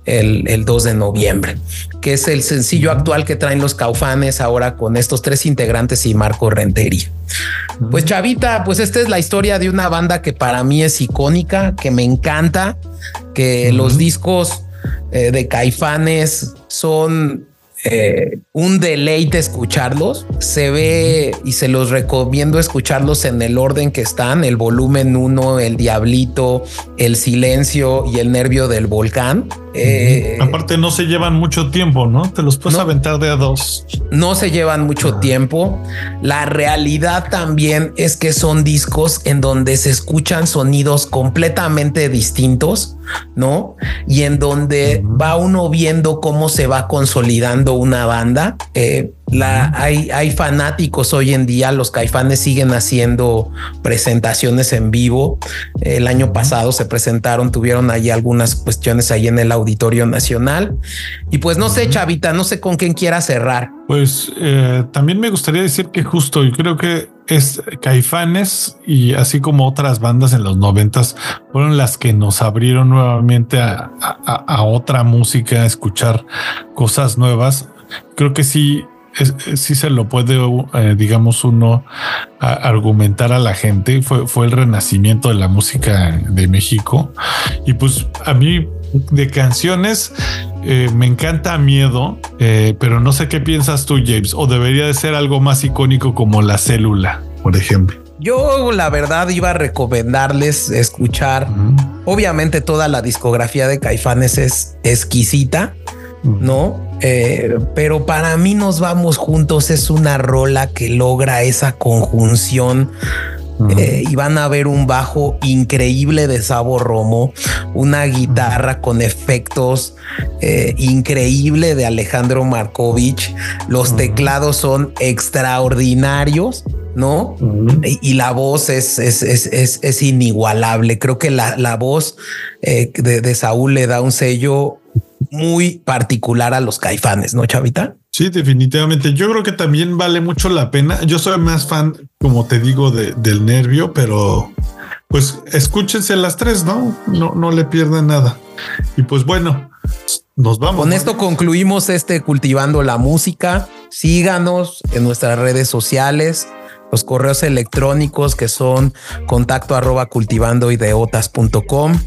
el, el dos de noviembre, que es el sencillo actual que traen los Caifanes ahora con estos tres integrantes y Marco Rentería. Pues Chavita, pues esta es la historia de una banda que para mí es icónica, que me encanta, que uh-huh. los discos eh, de Caifanes son eh, un deleite escucharlos. Se ve y se los recomiendo escucharlos en el orden que están: el volumen uno, el Diablito, el Silencio y el Nervio del Volcán. Eh, Aparte no se llevan mucho tiempo, ¿no? Te los puedes no, aventar de a dos. No se llevan mucho ah. tiempo. La realidad también es que son discos en donde se escuchan sonidos completamente distintos, ¿no? Y en donde uh-huh. va uno viendo cómo se va consolidando una banda. Eh, La, hay, hay fanáticos hoy en día. Los Caifanes siguen haciendo presentaciones en vivo. El año pasado se presentaron, tuvieron ahí algunas cuestiones ahí en el Auditorio Nacional. Y pues no sé, Chavita, no sé con quién quiera cerrar. Pues eh, también me gustaría decir que justo yo creo que es Caifanes, y así como otras bandas en los noventas, fueron las que nos abrieron nuevamente a, a, a otra música, a escuchar cosas nuevas. Creo que sí. Es, sí se lo puede, eh, digamos, uno a, argumentar a la gente. Fue, fue el renacimiento de la música de México. Y pues a mí de canciones eh, me encanta Miedo, eh, pero no sé qué piensas tú, James, o debería de ser algo más icónico como La Célula, por ejemplo. Yo la verdad iba a recomendarles escuchar, uh-huh. obviamente toda la discografía de Caifanes es exquisita, uh-huh. ¿no? Eh, pero para mí Nos Vamos Juntos es una rola que logra esa conjunción. Uh-huh. Eh, y van a ver un bajo increíble de Sabo Romo, una guitarra con efectos eh, increíble de Alejandro Markovich. Los uh-huh. teclados son extraordinarios, ¿no? Uh-huh. Y, y la voz es, es, es, es, es inigualable. Creo que la, la voz eh, de, de Saúl le da un sello muy particular a los Caifanes, ¿no, Chavita? Sí, definitivamente. Yo creo que también vale mucho la pena. Yo soy más fan, como te digo, de, del Nervio, pero pues escúchense las tres, ¿no? No, no le pierdan nada. Y pues bueno, nos vamos. Con esto concluimos este Cultivando la Música. Síganos en nuestras redes sociales, los correos electrónicos que son contacto arroba cultivandoideotas punto com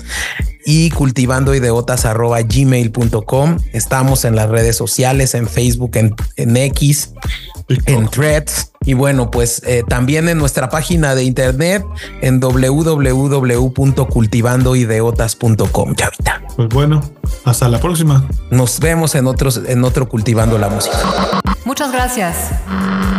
y cultivandoideotas arroba gmail punto com. Estamos en las redes sociales, en Facebook, en, en X, TikTok, en Threads. Y bueno, pues eh, también en nuestra página de internet en doble u doble u doble u punto cultivandoideotas punto com. Chavita. Pues bueno, hasta la próxima. Nos vemos en otros, en otro Cultivando la Música. Muchas gracias.